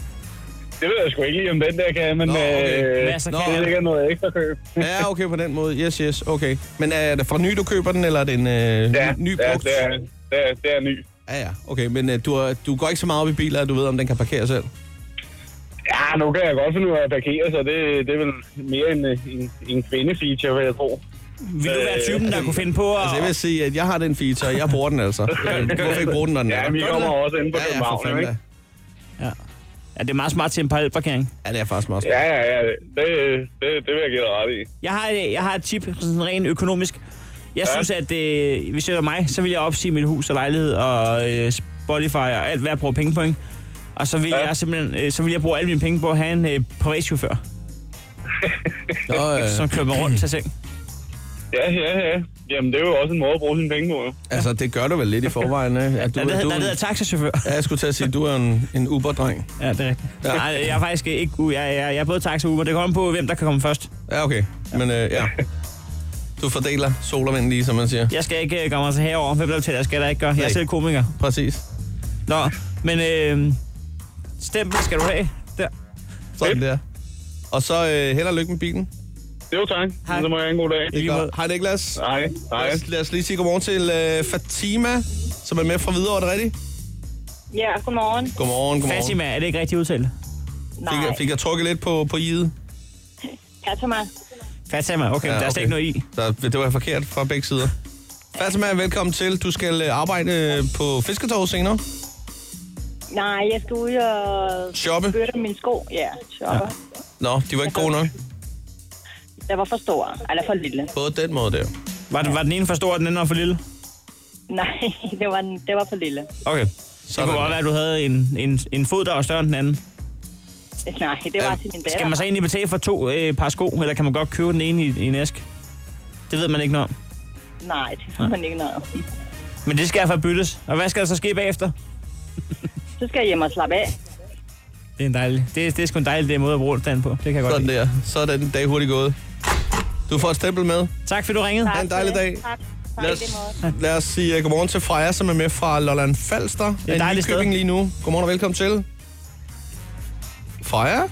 Det ved jeg sgu ikke lige, om den der kan, men Nå, okay. øh, Hvad så Nå, kan det ligger noget ekstra køb. Ja, okay, på den måde. Yes, yes, okay. Men er det fra ny, du køber den, eller er det en øh, ja, ny ja, brugt? det er, det er, det er ny. Ja, ja, okay. Men øh, du, er, du går ikke så meget op i biler, at du ved, om den kan parkere selv? Ja, nu kan jeg godt finde ud af at parkere, så det, det er vel mere en, en, en kvindefeature, vil jeg tro. Vil du være typen, der kunne finde på at... Altså, jeg vil sige, at jeg har den feature, og jeg bruger den altså. Hvorfor ikke bruge den, når den er? Ja, vi kommer også inde på ja, ja, København, ikke? Ja. Ja, det er meget smart til en parallelparkering. Ja, det er faktisk meget smart. Ja, ja, ja. Det, det, det vil jeg give dig ret i. Jeg har, jeg har et tip, sådan rent økonomisk. Jeg Ja. synes, at øh, hvis det var mig, så ville jeg opsige mit hus og lejlighed og øh, Spotify og alt, hvad jeg bruger penge på, ikke? Og så vil Ja. jeg simpelthen øh, så vil jeg bruge alle mine penge på at have en øh, privatchauffør, Nå, øh, som kører mig rundt til seng. Ja, ja, ja. Jamen, det er jo også en måde at bruge sine penge på. altså, det gør du vel lidt i forvejen, ikke? At du, Der, der, du, der hedder taxachauffør. ja, jeg skulle til at sige, at du er en, en Uber-dreng. Ja, det er rigtigt. Ja. Ja. Nej, jeg er faktisk ikke... Jeg, jeg, jeg er både taxa og Uber. Det kommer på, hvem der kan komme først. Ja, okay. Men øh, ja. Du fordeler sol og vind lige, som man siger. Jeg skal ikke uh, gøre mig til herover. Hvem der til, jeg skal da ikke gøre. Jeg er Nej. selv komiker. Præcis. Nå, men øh, stempel skal du have. Der. Sådan der. Og så øh, held og lykke med bilen. Jo, tak. Hej. Så må jeg have en god dag. Det er godt. Hej, Niklas. Hej. Hej. Lad os, lad os lige sige godmorgen til øh, Fatima, som er med fra Hvidovre. Er det rigtigt? Ja, godmorgen. Godmorgen, godmorgen. Fatima, er det ikke rigtigt udtalt? Fik jeg, fik jeg trukket lidt på, på i'et? Fatima. Fatima, okay, ja, der er slet ikke noget i. Så det var forkert fra begge sider. Fatima, velkommen til. Du skal øh, arbejde øh, på Fisketorvet senere. Nej, jeg skal ud og... Shoppe? Bøtte mine sko. Ja, shoppe. Ja. Nå, de var ikke gode nok. Den var for stor, eller for lille. Både den måde der. Var, det, var den ene for stor, og den anden var for lille? Nej, det var, det var for lille. Okay. Så det kunne godt være, at du havde en, en, en fod, der var større end den anden. Nej, det var ja. til min datter. Skal man så egentlig betale for to øh, par sko, eller kan man godt købe den ene i, i en æsk? Det ved man ikke noget om. Nej, det ved man ikke noget om. Men det skal i hvert fald byttes. Og hvad skal der så ske bagefter? Så skal jeg hjem og slappe af. Det er en dejlig. Det, det er sgu en dejlig måde at bruge den på. Det kan jeg godt Sådan lide. der. Så er den dag hurtigt gået. Du får et stempel med. Tak fordi du ringede. Ha' en dejlig dag. Tak. Lad os, lad os sige uh, godmorgen til Freja, som er med fra Lolland Falster. Det er et dejligt sted. lige nu. Godmorgen og velkommen til. Freja?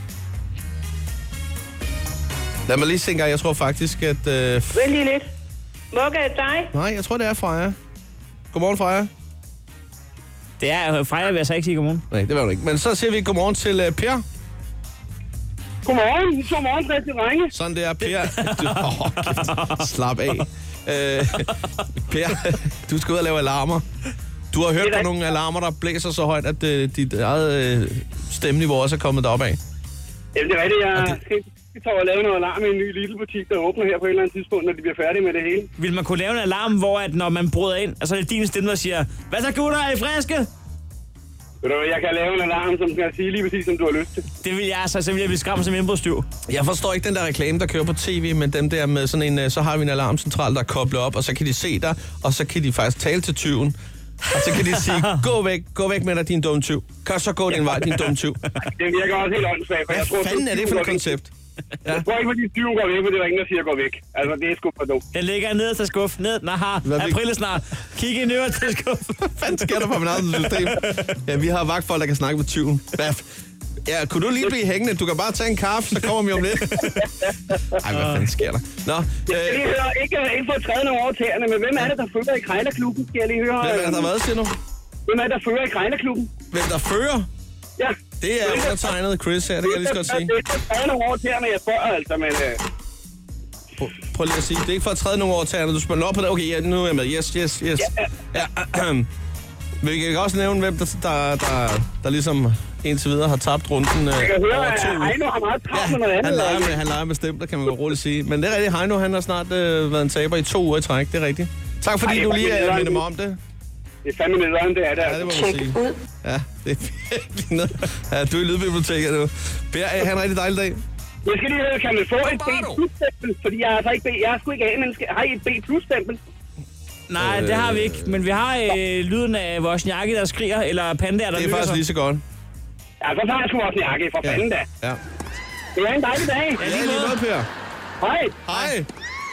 Lad mig lige se en gang. Jeg tror faktisk, at... Uh, Vent lige lidt. Mugge, er det dig? nej, jeg tror, det er Freja. Godmorgen, Freja. Det er Freja, vil jeg så ikke sige godmorgen. Nej, det var du ikke. Men så siger vi godmorgen til uh, Per. Godmorgen. Godmorgen, Christian Ringe. Sådan det er, Per. Du, oh, kæft. Slap af. Uh, Per, du skal ud og lave alarmer. Du har hørt på nogle alarmer, der blæser så højt, at uh, dit eget uh, stemmeniveau også er kommet derop af. Jamen, det er rigtigt. Jeg skal tage og lave noget alarm i en ny lille butik, der åbner her på et eller andet tidspunkt, når de bliver færdige med det hele. Vil man kunne lave en alarm, hvor at når man bryder ind, og så er det din stemme, der siger, hvad så gutter, er I friske? Ved du, jeg kan lave en alarm, som skal sige lige præcis, som du har lyst til. Det vil jeg altså, så vil jeg blive skræmt som indbrudstyv. Jeg forstår ikke den der reklame, der kører på tv, men dem der med sådan en, så har vi en alarmcentral, der er koblet op, og så kan de se dig, og så kan de faktisk tale til tyven. Og så kan de sige, gå væk, gå væk med dig, din dumme tyv. Kan så gå din vej, din dumme tyv. Det virker også helt åndssvagt, for Hvad jeg tror... fanden er det for et koncept? Ja. Jeg tror ikke, fordi tyven går væk, for det er der ingen, der siger, gå væk. Altså, det er sgu for dumt. Den ligger ned til skuff. Ned, naha, april snart. Kig i nødvendig til skuff. Hvad fanden sker der for mit eget system? Ja, vi har vagtfolk, der kan snakke med tyven. Hvad? Ja, kunne du lige blive hængende? Du kan bare tage en kaffe, så kommer vi om lidt. Ej, hvad fanden sker der? Nå, Jeg skal øh, lige høre, ikke, ikke for at træde nogle over tæerne, men hvem er det, der fører i Krejlerklubben? Skal jeg lige høre? hvem er det, der hvad, siger du? Hvem er det, der fører i Krejlerklubben? Hvem der fører? Ja. Det er undertegnet Chris her, det kan jeg lige så godt sige. Det er ikke for at træde nogle over tæerne, jeg spørger altså, men... Øh... Prøv, prøv lige at sige, det er ikke for at træde nogen over tæerne, du spørger op på det. Okay, ja, nu er jeg med. Yes, yes, yes. Ja, ja. Vi kan også nævne, hvem der, der, der, der ligesom indtil videre har tabt runden øh, Jeg kan høre, over at to uger. Heino har meget travlt Ja, med noget andet. han leger med, han leger med stempler, kan man godt roligt sige. Men det er rigtigt, Heino han har snart øh, været en taber i to uger i træk, det er rigtigt. Tak fordi Ej, du det er lige fandme øh, minder mig nederen. om det. Det er fandme nederen, det er det. Ja, det må man sige. Ja, det er virkelig noget. Ja, du er i lydbiblioteket nu. Per, øh, have en rigtig dejlig dag. Jeg skal lige høre, kan man få et B plus stempel? Fordi jeg er altså ikke B, jeg er sgu ikke A-menneske. Har I et B plus stempel? Nej, det har vi ikke. Men vi har øh, lyden af vores jakke, der skriger, eller pandaer, der Det er lyder faktisk sig. lige så godt. Ja, så tager jeg sgu også en jakke, for Ja. fanden da. Ja. Det er en dejlig dag. Ja, lige måde, Per. Hej. Hej.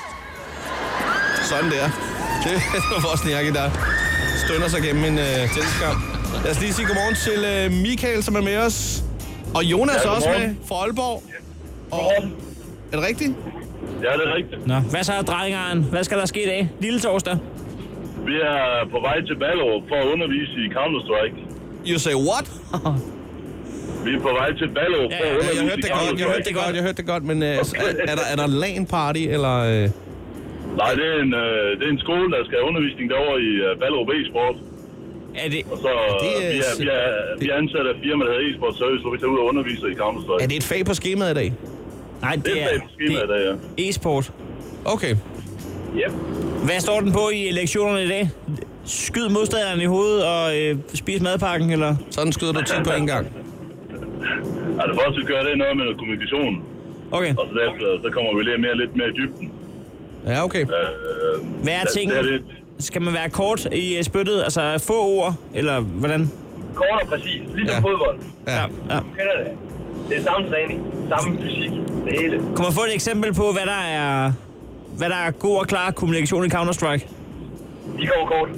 Sådan der. Det var vores Niaki, der stønner sig gennem en øh, tenniskamp. Lad os lige sige godmorgen til øh, Michael, som er med os. Og Jonas ja, er også med fra Aalborg. Og, er det rigtigt? Ja, det er rigtigt. Nå, hvad så, drengeren? Hvad skal der ske i dag? Lille torsdag? Vi er på vej til Ballerup for at undervise i Counter-Strike. You say what? Vi er på vej til Ballerup for at Ja, undervise jeg hørte i det godt, jeg hørte det godt, jeg hørte det godt, men øh, er, er, der, er der LAN-party, eller... Øh... Nej, det er, en, øh, det er en skole, der skal have undervisning derovre i uh, Ballerup e-sport. Er det... Og så det er, vi, er, vi, er, vi er ansat af firma, der hedder e-sport service, hvor vi tager ud og underviser i Counter-Strike. Er det et fag på skemaet i dag? Nej, det, Det er et skema i dag, ja. e-sport. Okay. Yep. Hvad står den på i lektionerne i dag? Skyd modstanderen i hovedet og øh, spis madpakken, eller? Sådan skyder du ti på en gang. Ja, det første, vi gør, det er noget med noget kommunikation. Okay. Og så derefter, så kommer vi lidt mere, lidt mere i dybden. Ja, okay. Øh, Hvad er det- tingen? det er lidt- Skal man være kort i øh, spyttet? Altså få ord, eller hvordan? Kort og præcis, ligesom Ja. fodbold. Ja. Ja. Du kender det. Det er samme træning, samme fysik, det hele. Kan man få et eksempel på, hvad der er, hvad der er god og klar kommunikation i Counter-Strike? De går kort.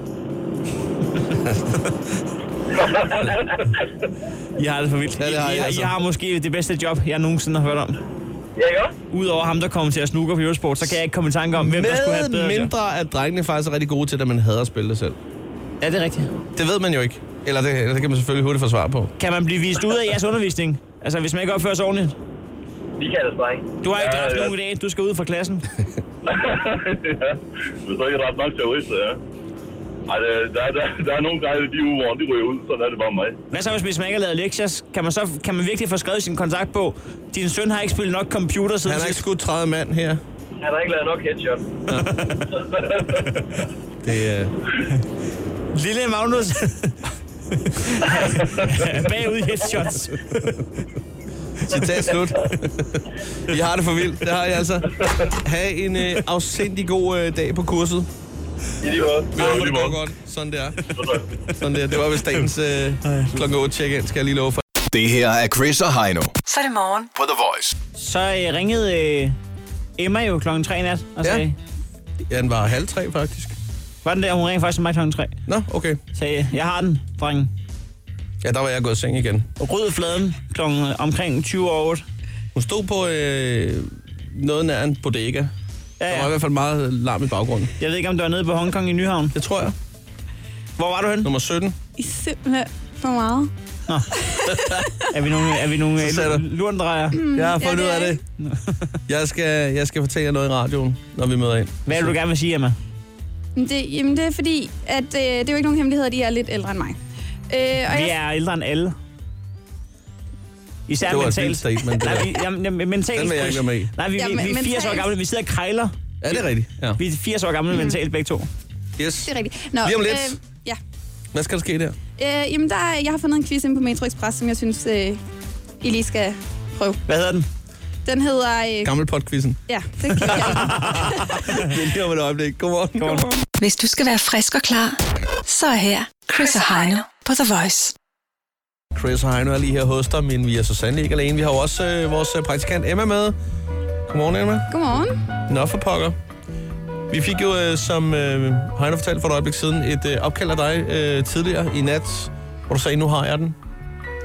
I har det for vildt. Ja, det har I, jeg I, altså. I har måske det bedste job, jeg nogensinde har hørt om. Ja, ikke også? Udover ham, der kommer til at snukke på Eurosport, så kan jeg ikke komme i tanke om, hvem der skulle have et bedre Med job. mindre, at drengene faktisk er rigtig gode til, at man hader at spille det selv. Ja, det er rigtigt. Det ved man jo ikke. Eller det, eller det kan man selvfølgelig hurtigt få svar på. Kan man blive vist ud af jeres undervisning? Altså, hvis man ikke opfører sig ordentligt? Vi kan det, dreng. Du har ikke Ja, dræbt ja. nogen i dag, du skal ud fra klassen. ja. Hvis der ikke er ret nok terrorister, ja. Ej, der, der, der, der er nogle gange, de uger, hvor de ryger ud, så er det bare mig. Hvad så, hvis man ikke har lavet lektier? Kan man, så, kan man virkelig få skrevet sin kontakt på? Din søn har ikke spillet nok computer siden Han har ikke sidst. skudt tredive mand her. Han har ikke lavet nok headshot. Det, øh... Lille Magnus. Bagud i headshots. Citat slut. I har det for vildt, det har I altså. Ha' en øh, afsindig god øh, dag på kurset. I lige måde. Vi håber, det går godt. Sådan det er. Sådan det er. Det var vist dagens øh, klokken otte check-in, skal jeg lige love for. Det her er Chris og Heino Så er det morgen. på The Voice. Så øh, ringede øh, Emma jo klokken tre i nat og Ja. sagde... Ja, den var halv tre faktisk. Var den der, hun ringede faktisk til mig klokken tre. Nå, okay. Sagde, jeg har den, drengen. Ja, der var jeg gået i seng igen. Og rød fladen klokken omkring tyve over otte. Hun stod på øh, noget nær en bodega. Ja, Der var i ja. hvert fald meget larm i baggrunden. Jeg ved ikke, om du var nede på Hongkong i Nyhavn. Det tror jeg. Hvor var du hen? Nummer sytten. I simpelthen for meget. Nå. er vi nogle, er vi nogle Så sagde øh, du. lurendrejer? Mm, Jeg har ja, fundet ud af er det. Jeg skal, jeg skal fortælle jer noget i radioen, når vi møder ind. Hvad er det, du gerne vil sige, Emma? Men Det, jamen, det er fordi, at øh, det er jo ikke nogen hemmelighed, at de er lidt ældre end mig. Øh, og Vi jeg, er ældre end alle. Især Det var et mentalt. vildt statement, det Nej, der. vi, jamen, jamen, mentalt. Den vil jeg ikke være med i. Nej, vi, vi, Jamen, vi er firs år mentalt. gamle. Vi sidder og krejler. Ja, det er rigtigt. Ja. Vi er firs år gamle mm. mentalt begge to. Yes. det er rigtigt. Nå, Lige om lidt. Øh, ja. Hvad skal der ske der? Øh, jamen, der, er- jeg har fundet en quiz inde på Metro Express, som jeg synes, øh, I lige skal prøve. Hvad hedder den? Den hedder... Øh, Gammel podquizzen. ja, det kan jeg Det er lige om et øjeblik. Godmorgen. Godmorgen. Hvis du skal være frisk og klar, så er her Chris og Heino på The Voice. Chris og Heino er lige her hos dig, men vi er så sandelig ikke alene. Vi har jo også øh, vores øh, praktikant Emma med. Godmorgen, Emma. Godmorgen. Nå for pokker. Vi fik jo, øh, som øh, Heino fortalte for et øjeblik siden, et øh, opkald af dig øh, tidligere i nat, hvor du sagde, nu har jeg den.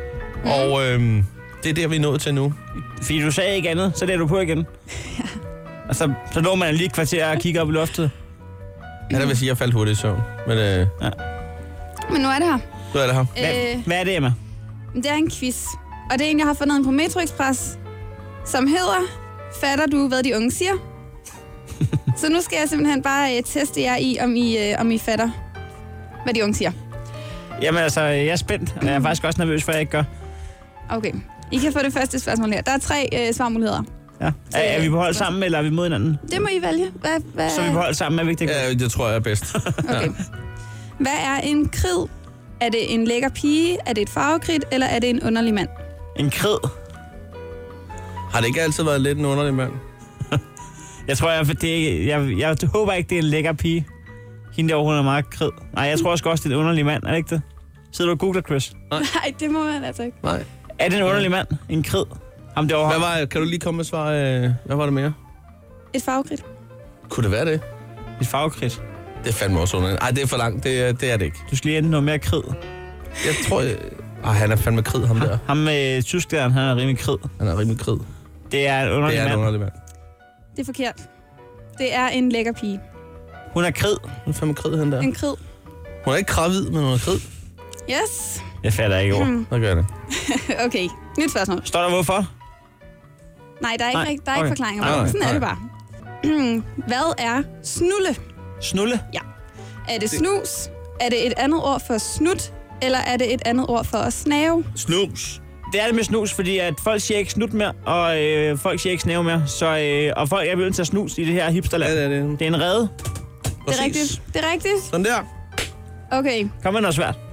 Mm. Og øhm, det er der, vi er nået til nu. Fordi du sagde ikke andet, så det er du på igen. Ja. Og så, så lå man lige et kvarter og kigge op i loftet. Ja, det vil sige, at jeg faldt hurtigt i søvn. Men, øh, ja. Men nu er det her. Nu er det her. Hvad, øh, hvad er det, Emma? Det er en quiz. Og det er en, jeg har fundet på Metro Express, som hedder, fatter du, hvad de unge siger? Så nu skal jeg simpelthen bare øh, teste jer i, om I, øh, om I fatter, hvad de unge siger. Jamen altså, jeg er spændt, og jeg er faktisk også nervøs, for jeg ikke gør. Okay. I kan få det første spørgsmål her. Der er tre øh, svarmuligheder. Ja. Er, er vi på hold sammen, eller er vi mod hinanden? Det må I vælge. Hvad, hvad... Så er vi på hold sammen, er vigtigt? Ja, det tror jeg er bedst. Okay. Hvad er en krid? Er det en lækker pige? Er det et farvekridt? Eller er det en underlig mand? En krid? Har det ikke altid været lidt en underlig mand? Jeg tror, jeg, det, jeg, jeg håber ikke, det er en lækker pige. Hende der, hun er meget krid. Nej, jeg tror også, det er en underlig mand. Er det ikke det? Sidder du og googler, Chris? Nej, det må man altså ikke. Nej. Er det en underlig mand? En krid? Ham derovre. Hvad var, kan du lige komme med svar? Øh, hvad var det mere? Et farvekridt. Kunne det være det? Et farvekridt? Det er fandme også underligt. Ej, det er for langt. Det, det er det ikke. Du skal lige ende noget mere krid. Jeg tror... Jeg... Ej, han er fandme krid, ham der. Ham med tysklæren, han er rimelig krid. Han er rimelig krid. Det er en underlig mand. Det er en underlig mand. Det er forkert. Det er en lækker pige. Hun er krid. Hun er fandme krid, han der. En krid. Hun er ikke gravid, men hun er krid. Yes. Jeg fatter ikke ord. Mm. Så gør jeg det. Okay, nyt spørgsmål. Står der hvorfor? Nej, der er ikke, Nej. der er Okay. ikke forklaringer. Nej, nej, Sådan er nej. det bare. Hvad er snulle? Snulle? Ja. Er det snus? Er det et andet ord for snut? Eller er det et andet ord for at snave? Snus. Det er det med snus, fordi at folk siger ikke snut mere, og øh, folk siger ikke snæve mere. Så, øh, og folk er begyndt til at snus i det her hipsterland. Ja, det er det. Det er en rede. Det er rigtigt. Det er rigtigt. Sådan der. Okay. Kom med noget svært.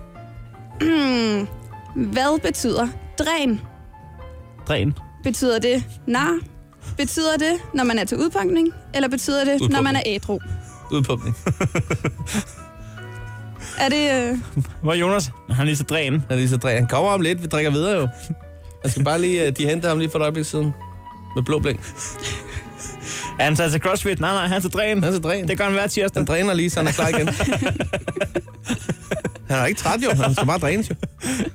Hvad betyder dræn? Dræn. Betyder det nar? Betyder det, når man er til udpunkning? Eller betyder det, Udpunkning. når man er ædru? Udpumpning. Er det... Øh... Hvor er Jonas? Han er lige så dræn. Han er lige så dræn. Han kommer om lidt. Vi drikker videre jo. Jeg skal bare lige... De henter ham lige for et øjeblik siden. Med blå blink. Er han så til CrossFit? Nej, nej, han er til dræn. Han er til dræn. Det gør han hver tirsdag. Han dræner lige, så han er klar igen. Han er ikke træt, jo. Han skal bare drænes, jo.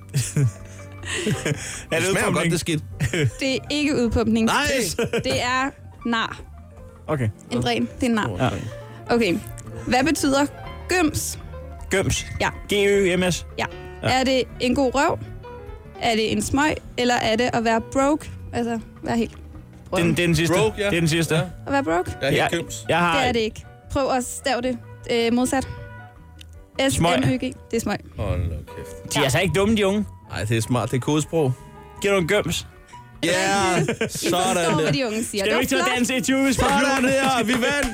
Er det, det smager godt, det skidt. Det er ikke udpumpning. Nej! Det er nar. Okay. En dræn, det er nar. Ja. Okay. Hvad betyder gøms? Gøms? Ja. G Ø M S? Ja. Ja. Er det en god røv? Er det en smøg? Eller er det at være broke? Altså, være helt Det er den, det er den sidste. Broke, ja. Det er den sidste. Ja. At være broke? Jeg er helt Jeg, køms. jeg har... Det er det ikke. Prøv at stave det øh, modsat. S M Ø G. Det er smøg. Hold nu kæft. De er altså ikke dumme, de unge. Nej, det er smart. Det er kodesprog. Giver du en gøms? Ja, yeah, I sådan forstår, hvad der. de unge siger. Skal du ikke til at danse i tyve på Sådan der, vi vandt.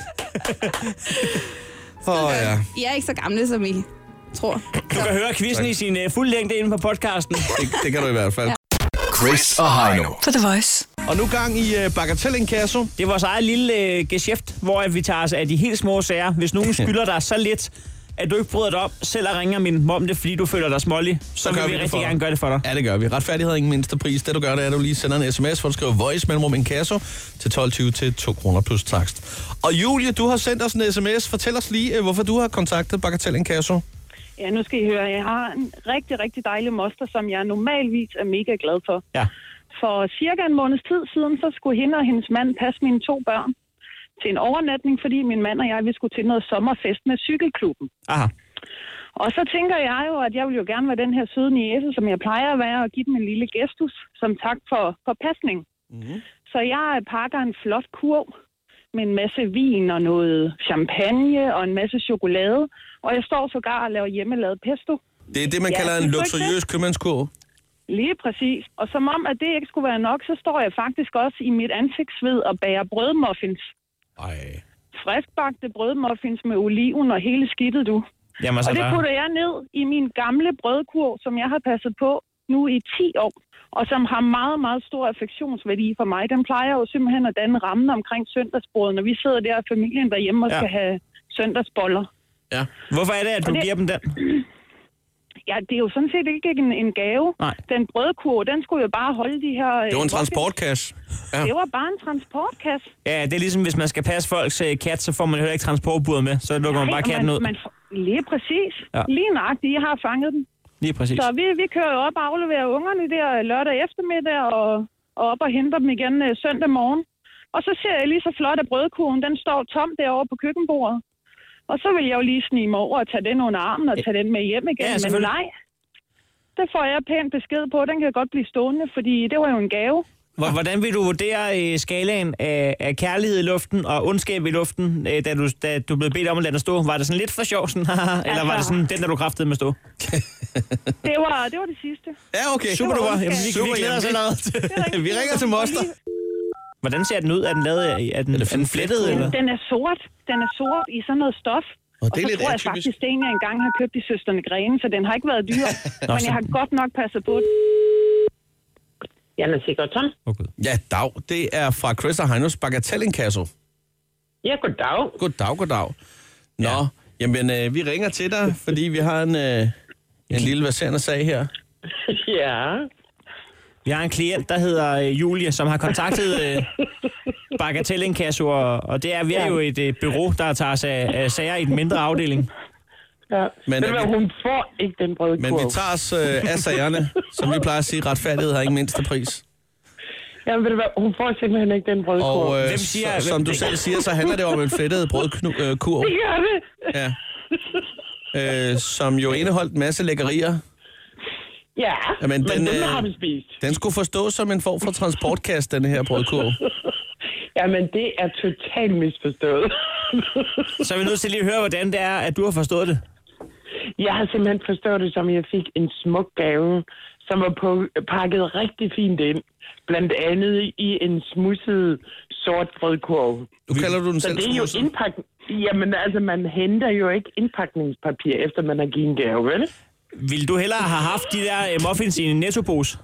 Åh, oh, ja. I er ikke så gamle, som I tror. Du kan høre quizzen i sin uh, fuld længde inde på podcasten. Det, det kan du i hvert fald. Ja. Chris og Heino. På The Voice. Og nu gang i uh, Bagatellinkasso. Det er vores eget lille uh, geschæft, hvor vi tager os af de helt små sager. Hvis nogen skylder dig så lidt, at du ikke bryder dig op, selv og ringer min mom det, fordi du føler dig smålig, så, så vil vi, vi rigtig gerne gøre det for dig. Ja, det gør vi. Retfærdighed er ingen mindste pris. Det du gør, det er, at du lige sender en sms, hvor du skriver voice mellemrum inkasso til tolv tyve til to kroner plus takst. Og Julie, du har sendt os en sms. Fortæl os lige, hvorfor du har kontaktet Bagatellinkasso. Ja, nu skal I høre. Jeg har en rigtig, rigtig dejlig moster, som jeg normalvis er mega glad for. Ja. For cirka en måneds tid siden, så skulle hende og hendes mand passe mine to børn til en overnatning, fordi min mand og jeg, vi skulle til noget sommerfest med cykelklubben. Aha. Og så tænker jeg jo, at jeg vil jo gerne være den her søde niece, som jeg plejer at være, og give dem en lille gestus som tak for, for pasning. Mm-hmm. Så jeg pakker en flot kurv med en masse vin og noget champagne og en masse chokolade, og jeg står sågar og laver hjemmelavet pesto. Det er det, man ja, kalder en luksuriøs købmandskurv. Lige præcis. Og som om, at det ikke skulle være nok, så står jeg faktisk også i mit ansigtsved og bager brødmuffins. Ej. Friskbagte brødmuffins med oliven og hele skidtet, du. Jamen, så og det putter jeg ned i min gamle brødkurv, som jeg har passet på nu i ti år, og som har meget, meget stor affektionsværdi for mig. Den plejer jo simpelthen at danne rammen omkring søndagsbordet, når vi sidder der i familien derhjemme og ja. skal have søndagsboller. Ja. Hvorfor er det, at du det... giver dem den? Ja, det er jo sådan set ikke en, en gave. Nej. Den brødkurv, den skulle jo bare holde de her... Det var en transportkasse. Ja. Det var bare en transportkasse. Ja, det er ligesom, hvis man skal passe folks uh, kat, så får man heller ikke transportbud med. Så lukker Nej, man bare katten man, ud. Man, lige præcis. Ja. Lige nøjagtigt, jeg har fanget den. Lige præcis. Så vi, vi kører jo op og afleverer ungerne der lørdag eftermiddag, og, og op og henter dem igen øh, søndag morgen. Og så ser jeg lige så flot, at brødkurven, den står tom derovre på køkkenbordet. Og så vil jeg jo lige snige mig over og tage den under armen og tage den med hjem igen. Ja, men nej, det får jeg pænt besked på. Den kan godt blive stående, fordi det var jo en gave. Hvordan vil du vurdere skalaen af, af kærlighed i luften og ondskab i luften, da du, da du blev bedt om at lade den stå? Var det sådan lidt for sjov, sådan, altså, eller var det sådan den, der du kraftede med stå? det, var, det var det sidste. Ja, okay. Super, du var. Jamen, vi, Super, vi glæder os allerede. Vi ringer til Moster. Hvordan ser den ud? Er den lavet af? Er den, er den flettet? Eller? Den er sort. Den er sort i sådan noget stof. Og, og så tror jeg faktisk, det er en, jeg engang har købt i Søsterne Grene, så den har ikke været dyr. Men jeg har godt nok passet på det. Janne Sigurdsson. Okay. Ja, dag. Det er fra Chris og Heinos Bagatellinkasso. Ja, goddag. Goddag, goddag. Nå, ja. Jamen, øh, vi ringer til dig, fordi vi har en, øh, en lille verserende sag her. Ja. Vi har en klient, der hedder øh, Julie, som har kontaktet øh, Bagatellinkasso, og, og det er, vi er ja. jo et øh, bureau, der tager sig af, af sager i den mindre afdeling. Ja. Men, men hun får ikke den brødkurv. Men vi tager os øh, af sagerne, som vi plejer at sige, retfærdighed har ikke mindste pris. Jamen ved du hvad, hun får simpelthen ikke den brødkurv. Og øh, hvem siger, så, som du selv siger, så handler det om en flettet brødkurv. Øh, det gør det. Ja. Øh, som jo indeholdt en masse lækkerier. Ja, Jamen, men den, den øh, har vi spist. Den skulle forstås som en form for transportkast, den her brødkurv. Jamen, det er totalt misforstået. Så er vi nødt til lige at høre, hvordan det er, at du har forstået det. Jeg har simpelthen forstået det, som jeg fik en smuk gave, som var på, pakket rigtig fint ind. Blandt andet i en smudset sort brødkurv. Du kalder du den så selv det er jo indpak... Jamen, altså, man henter jo ikke indpakningspapir, efter man har givet en gave, vel? Vil du hellere have haft de der uh, muffins i en nettopose?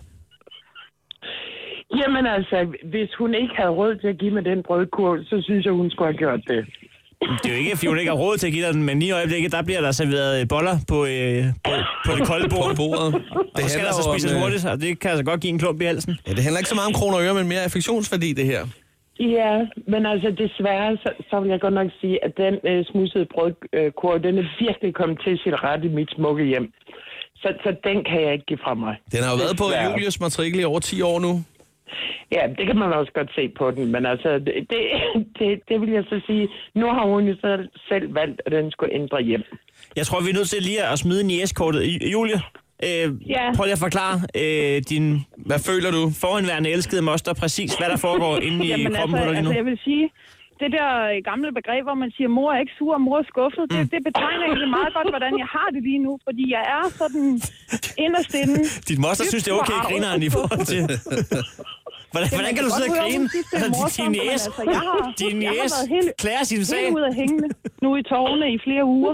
Jamen altså, hvis hun ikke havde råd til at give mig den brødkurv, så synes jeg, hun skulle have gjort det. Det er jo ikke, fordi hun ikke har råd til at give dig den, men i øjeblikket, der bliver der serveret boller på, øh, på, på det kolde bord. På bordet. Det og så skal der så spises om, hurtigt, og det kan altså godt give en klump i halsen. Ja, det handler ikke så meget om kroner og øre, men mere affektionsværdi, det her. Ja, men altså desværre, så, så vil jeg godt nok sige, at den øh, smudsede brødkurv, øh, den er virkelig kommet til sit ret i mit smukke hjem. Så, så den kan jeg ikke give fra mig. Den har jo været på Julius matrikel i over ti år nu. Ja, det kan man også godt se på den, men altså, det, det, det vil jeg så sige, nu har hun jo selv, selv valgt, at den skulle ændre hjem. Jeg tror, vi er nødt til lige at smide næsekortet. Julie, øh, ja. prøv lige at forklare øh, din... Hvad føler du? Forhenværende elskede moster præcis, hvad der foregår inde i Jamen, kroppen altså, på dig lige nu. Altså, jeg vil sige, det der gamle begreb, hvor man siger, mor er ikke sur, mor er skuffet, mm. det, det betegner egentlig meget godt, hvordan jeg har det lige nu, fordi jeg er sådan inderst inde. Dit moster synes, det er okay, grineren i forhold til... Hvordan, hvordan kan du sidde og grine? Altså, din næse, altså, jeg har, din jeg næse har helt, klæder sin sag. Helt ud af hængende nu i tårne i flere uger.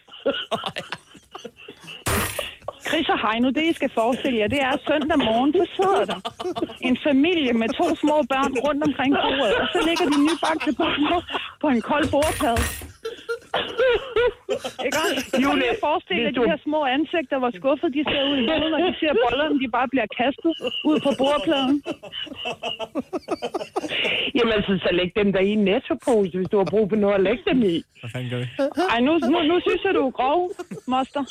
Chris og Heino, det I skal forestille jer, det er søndag morgen, så sidder der en familie med to små børn rundt omkring bordet, og så ligger de nybagte boller på en kold bordplade. Ikke også? Nu vil jeg forestille at de her små ansigter, hvor skuffet de ser ud i hovedet, når de ser bollerne, de bare bliver kastet ud på bordpladen. Jamen så, så læg dem der i en nettopose, hvis du har brug for noget at lægge dem i. Hvad fanden gør vi? Ej, nu, nu, nu synes jeg, du er grov, moster.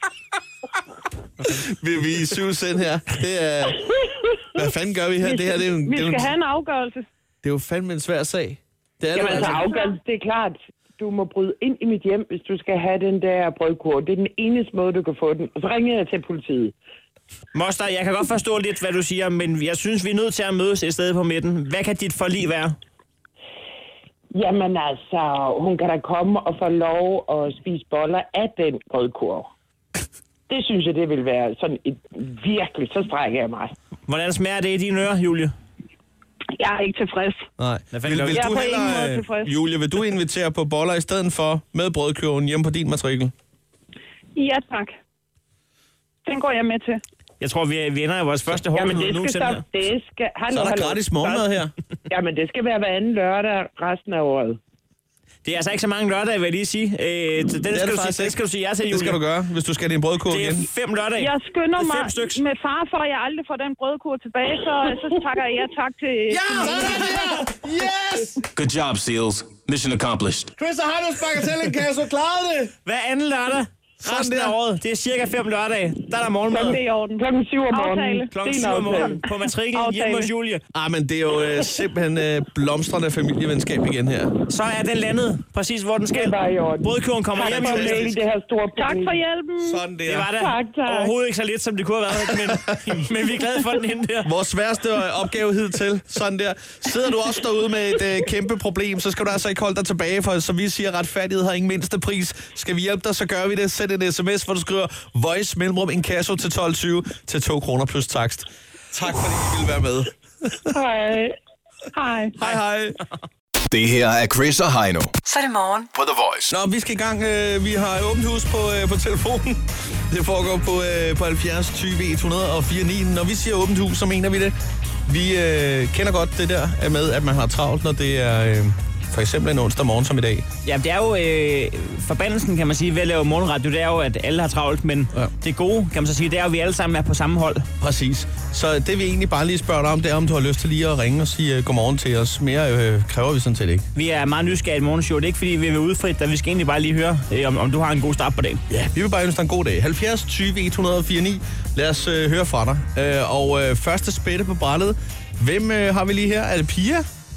Vi, vi er syv cent her. Det er... Hvad fanden gør vi her? Vi skal, det her det er jo, vi det er skal jo, have en afgørelse. Det er jo fandme en svær sag. Det er Jamen det, altså afgørelse, det er klart. Du må bryde ind i mit hjem, hvis du skal have den der brødkurv. Det er den eneste måde, du kan få den. Og så ringer jeg til politiet. Moster, jeg kan godt forstå lidt, hvad du siger, men jeg synes, vi er nødt til at mødes et sted på midten. Hvad kan dit forlig være? Jamen altså, hun kan da komme og få lov at spise boller af den brødkurv. Det synes jeg, det vil være sådan et virkelig, så strækker jeg mig. Hvordan smager det i dine ører, Julie? Jeg er ikke tilfreds. Nej. Vil, vil, vil jeg du heller, Julie, vil du invitere på boller i stedet for med brødkurven hjemme på din matrikel? Ja, tak. Den går jeg med til. Jeg tror, vi, vi ender i vores første hårdmøde nogensinde her. Det skal, hallo, så er der hallo, gratis morgenmad her. Jamen, det skal være hver anden lørdag resten af året. Det er altså ikke så mange lørdage, vil jeg lige sige. Øh, den, skal det du sige den skal du sige ja til, Julie. Det skal du gøre, hvis du skal have din brødkurv igen. Det er fem lørdage. Jeg skynder mig med far for, at jeg aldrig får den brødkurv tilbage, så, så takker jeg tak til... Ja, yes! Good job, Seals. Mission accomplished. Chris og Heinos Bagatellinkasso klarede det. Hver anden lørdag, Resten af året, det er cirka fem lørdage. Der er der morgenmad. Det er i orden. Klokken syv om morgenen. Klokken syv om morgenen. På matrikel hjemme hos Julie. Ah, men det er jo øh, simpelthen øh, blomstrende familievenskab igen her. Så er den landet præcis, hvor den skal. Det var i orden. Brødkurven kommer hjem. Tak for det her store Tak for hjælpen. Sådan der. Det var det. Tak, tak. Overhovedet ikke så lidt, som det kunne have været, men, men vi er glade for den hende der. Vores sværeste opgave hidtil. Sådan der. Sidder du også derude med et øh, kæmpe problem, så skal du altså ikke holde dig tilbage, for som vi siger, retfærdighed har ingen mindste pris. Skal vi hjælpe dig, så gør vi det. Send en sms, hvor du skriver voice mellemrum inkasso til tolv tyve til to kroner plus takst. Tak fordi I ville være med. Hej. Hej. Hej hej. Det her er Chris og Heino Så er det morgen. på The Voice. Nå, vi skal i gang. Vi har åbent hus på, på telefonen. Det foregår på, på halvfjerds tyve et hundrede og fire ni. Når vi siger åbent hus, så mener vi det. Vi øh, kender godt det der med, at man har travlt, når det er øh, for eksempel en onsdag morgen som i dag. Ja, det er jo øh, forbandelsen, kan man sige, ved at lave morgenradio. Det er jo, at alle har travlt, men ja. Det gode, kan man så sige, det er jo, at vi alle sammen er på samme hold. Præcis. Så det vi egentlig bare lige spørger dig om, det er, om du har lyst til lige at ringe og sige uh, godmorgen til os. Mere øh, kræver vi sådan set ikke. Vi er meget nysgerrige i morgenshow. Det er ikke, fordi vi vil udfrit dig. Vi skal egentlig bare lige høre, øh, om, om du har en god start på dagen. Ja, vi vil bare ønske dig en god dag. halvfjerds tyve et hundrede og fire ni. Lad os øh, høre fra dig. Øh, og øh, første spætte på brættet. Hvem øh, har vi lige her? Er det Pia?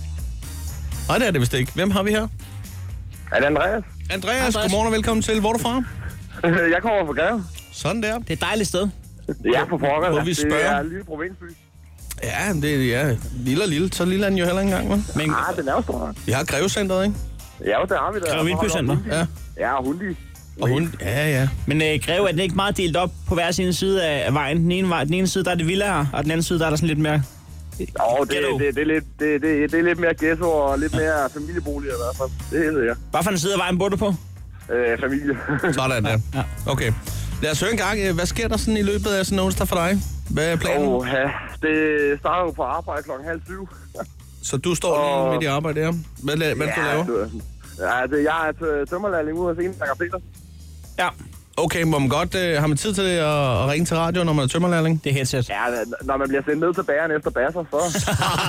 Nej, det er det vist ikke. Hvem har vi her? Er det Andreas? Andreas, Andreas. Godmorgen og velkommen til. Hvor er du fra? Jeg kommer fra Greve. Sådan der. Det er et dejligt sted. Ja, på Forker. Må vi spørge? Det er en lille provinsby. Ja, det er ja, lille og lille. Så lille er den jo heller ikke engang, hva'? Men ah, den er jo stor. Vi har Grevecenteret, ikke? Ja, det har vi der. Greve Vildbycenter. Ja. Ja, og Hundi. Og Hundi, ja, ja. Men øh, Greve, er den ikke meget delt op på hver sin side af vejen? Den ene, vej, den ene side, der er det villaer, og den anden side, der er der sådan lidt mere... Jo, det, det, det, er lidt, det, det, det er lidt mere ghetto og lidt mere familieboliger i hvert fald. Det hedder jeg. Hvad for en side af vejen bor du på? Øh, familie. Sådan der. Ja. Okay. Lad os høre en gang. Hvad sker der sådan i løbet af sådan en onsdag for dig? Hvad er planen? Oh, ja. Det starter jo på arbejde klokken halv syv. Så du står og... lige midt i arbejde der? Hvad, hvad ja, du laver? Ja, det, jeg er tømmerlærling ude af scenen, Jakob Peter. Ja. Okay, må man godt... Øh, har man tid til det at, at ringe til radio, når man er tømmerlærling? Det er headset. Ja, når man bliver sendt ned til bageren efter basser, så...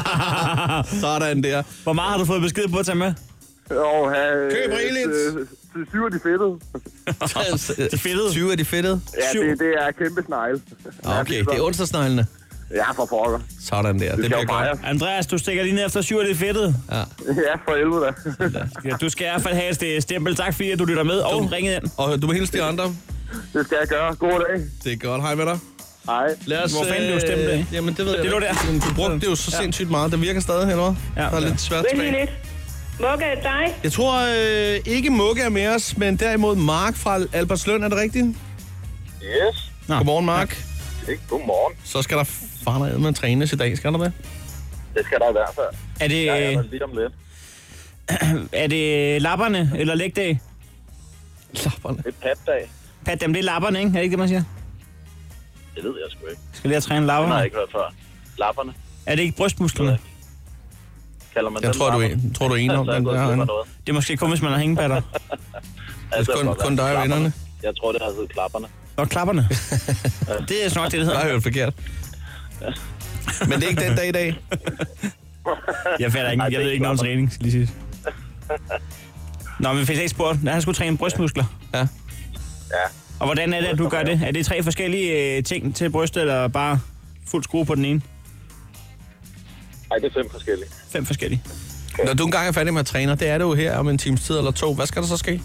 Sådan der. Hvor meget har du fået besked på at tage med? Jo, ha, køb rigeligt. Til syv af de fedtede. Det fedtede? syv af de fedtede? Ja, det, det er kæmpe snegle. Okay, det er onsdagsneglene. Ja, for pokker. Sådan der, det, det bliver godt. Andreas, du stikker lige ned efter syv af det fedtede. Ja. Ja, for helvede da. Ja, du skal i hvert fald have et stempel. Tak fordi du lytter med og du, ringe ind. Og du må hilse de andre. Det skal jeg gøre. God dag. Det er godt. Hej med dig. Hej. Lad os, hvor fanden du stemte af? Jamen, det ved det jeg lå der. Men du brugte det jo så sindssygt meget. Det virker stadig, eller hvad? Ja. Der er lidt svært tilbage. lidt. Mugge, er dig? Jeg tror øh, ikke Mugge er med os, men derimod Mark fra Albertslund. Er det rigtigt? Yes. Nå. Godmorgen, Mark. Ja. Godmorgen. Så skal der fandme med trænes i dag, skal der det? Det skal der i hvert fald. Er det... Ja, jeg lidt om lidt. Er det lapperne eller lægdag? Lapperne? Det er patdag. Pat dem, det er lapperne, ikke? Er det ikke det, man siger? Det ved jeg sgu ikke. Skal lige at træne lapperne? Det har jeg ikke hørt før. Lapperne. Er det ikke brystmusklerne? Kalder man jeg tror du, er, tror, du er enig om den der. Det er måske kun, hvis man har hængepatter. Det er kun, kun dig og vennerne. Jeg tror, det har siddet klapperne. Og klapperne? Det er snart det, det hedder. Jeg har hørt forkert. Men det er ikke den dag i dag. Jeg fatter ikke. Jeg ved ikke noget om træning, skal lige sige. Nå, men vi fik ikke spurgt. Han skulle træne brystmuskler. Ja. Ja. Og hvordan er det, at du gør det? Er det tre forskellige ting til brystet, eller bare fuld skrue på den ene? Nej, det er fem forskellige. Fem forskellige. Okay. Når du engang er færdig med at træne, det er det jo her om en times tid eller to. Hvad skal der så ske?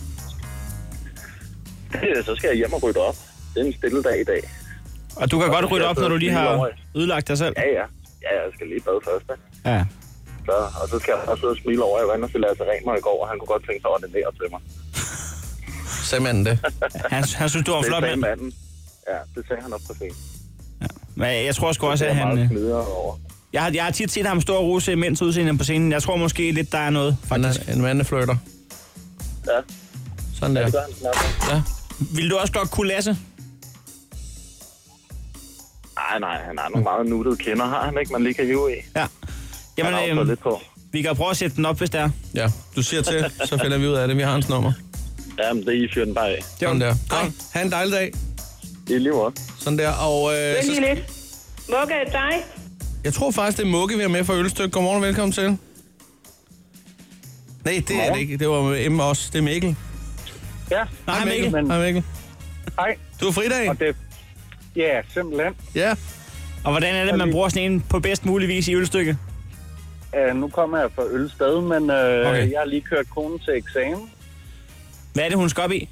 Så skal jeg hjem og rydde op. Det er en stille dag i dag. Og du kan og godt rydde op, når du lige har ødelagt dig selv? Ja, ja. Ja, jeg skal lige bade først. Da. Ja. Så, og så skal jeg også sidde og smile over, at jeg var inde og Lasse Remer i går, og han kunne godt tænke sig at ordinere til mig. Sagde manden det? han, han synes, du var en flot mand. Manden. Ja, det sagde han op på scenen. Ja. Men jeg tror sgu også, at han... Jeg har, jeg har tit set ham stå og rose mænds udseende på scenen. Jeg tror måske lidt, der er noget, faktisk. En mandefløjter. Ja. Sådan der. Ja, det gør han snart. Ja. Vil du også godt kunne Lasse? Nej, nej, han har nogle meget nuttede kender, har han ikke, man lige kan hive i. Ja. Jamen, han har øhm, lidt på. Vi kan prøve at sætte den op, hvis det er. Ja, du siger til, så finder vi ud af det. Vi har hans nummer. Jamen, det er I fyrer den bare af. Sådan der. Godt. Ha' en dejlig dag. I lige måde. Sådan der, og... Øh, Vent lige lidt. Mugge, er dig? Jeg tror faktisk, det er Mugge, vi har med fra Ølstykke. Godmorgen og velkommen til. Nej, det er det ikke. Det var Emma også. Det er Mikkel. Ja. Hej Mikkel. Hej Mikkel. Hej. Du er fridag? Og det, ja, simpelthen. Ja. Og hvordan er det, man bruger sådan en på bedst mulig vis i ølstykke? Uh, nu kommer jeg fra Ølsted, men uh, Okay. jeg har lige kørt konen til eksamen. Hvad er det, hun skal op i?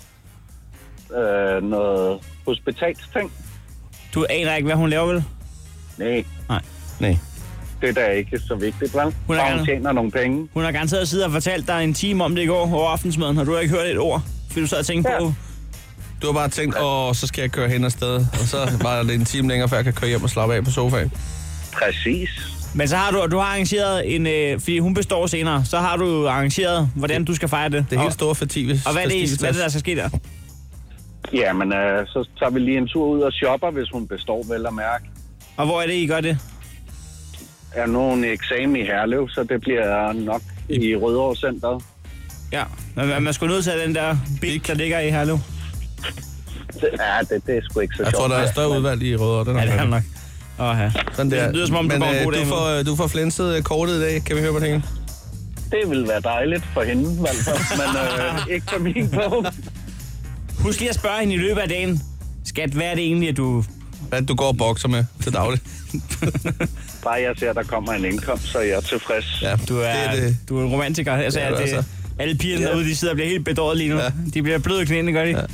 Uh, noget hospitalsting. Du aner ikke, hvad hun laver, vel? Nej. Nej. Nej. Det er da ikke så vigtigt, vel? Hun har Bare gerne- hun tjener nogle penge. Hun har garanteret siddet og fortalt dig en time om det i går over aftensmaden, og du har ikke hørt et ord, fordi du sad og tænkte ja. på... Du har bare tænkt, åh, så skal jeg køre hen afsted, og så var det en time længere, før jeg kan køre hjem og slappe af på sofaen. Præcis. Men så har du, du har arrangeret en... Øh, fordi hun består senere, så har du arrangeret, hvordan du skal fejre det. Det er helt store fatives. Og hvad er det, hvad er det, der skal ske der? Jamen, uh, så tager vi lige en tur ud og shopper, hvis hun består, vel at mærke. Og hvor er det, I gør det? Er nogen eksamen i Herlev, så det bliver nok i Rødovre Centeret. Ja, men man skulle nødt til den der bil, der ligger i Herlev. Det, ja, det, det er sgu ikke så Jeg sjovt. tror, der er et større udvalg i Rødovre. Den Ja, det er nok. nok. Åh, ja. Sådan der. Det lyder som om, du Men går en øh, god du, dag får, du får flænset øh, kortet i dag. Kan vi høre på det hele? Det vil være dejligt for hende, i hvert fald, men øh, ikke for min bog. Husk lige at spørge hende i løbet af dagen. Skat, hvad er det egentlig, at du... Hvad du går og bokser med til daglig? Bare jeg ser, at der kommer en indkomst, så jeg er tilfreds. Ja, Du er, det er det. Du er en romantiker. Altså, Ja, ja, det, altså. alle pigerne Ja. derude, de sidder og bliver helt bedåret lige nu. Ja. De bliver bløde i knæene, gør de? Ja.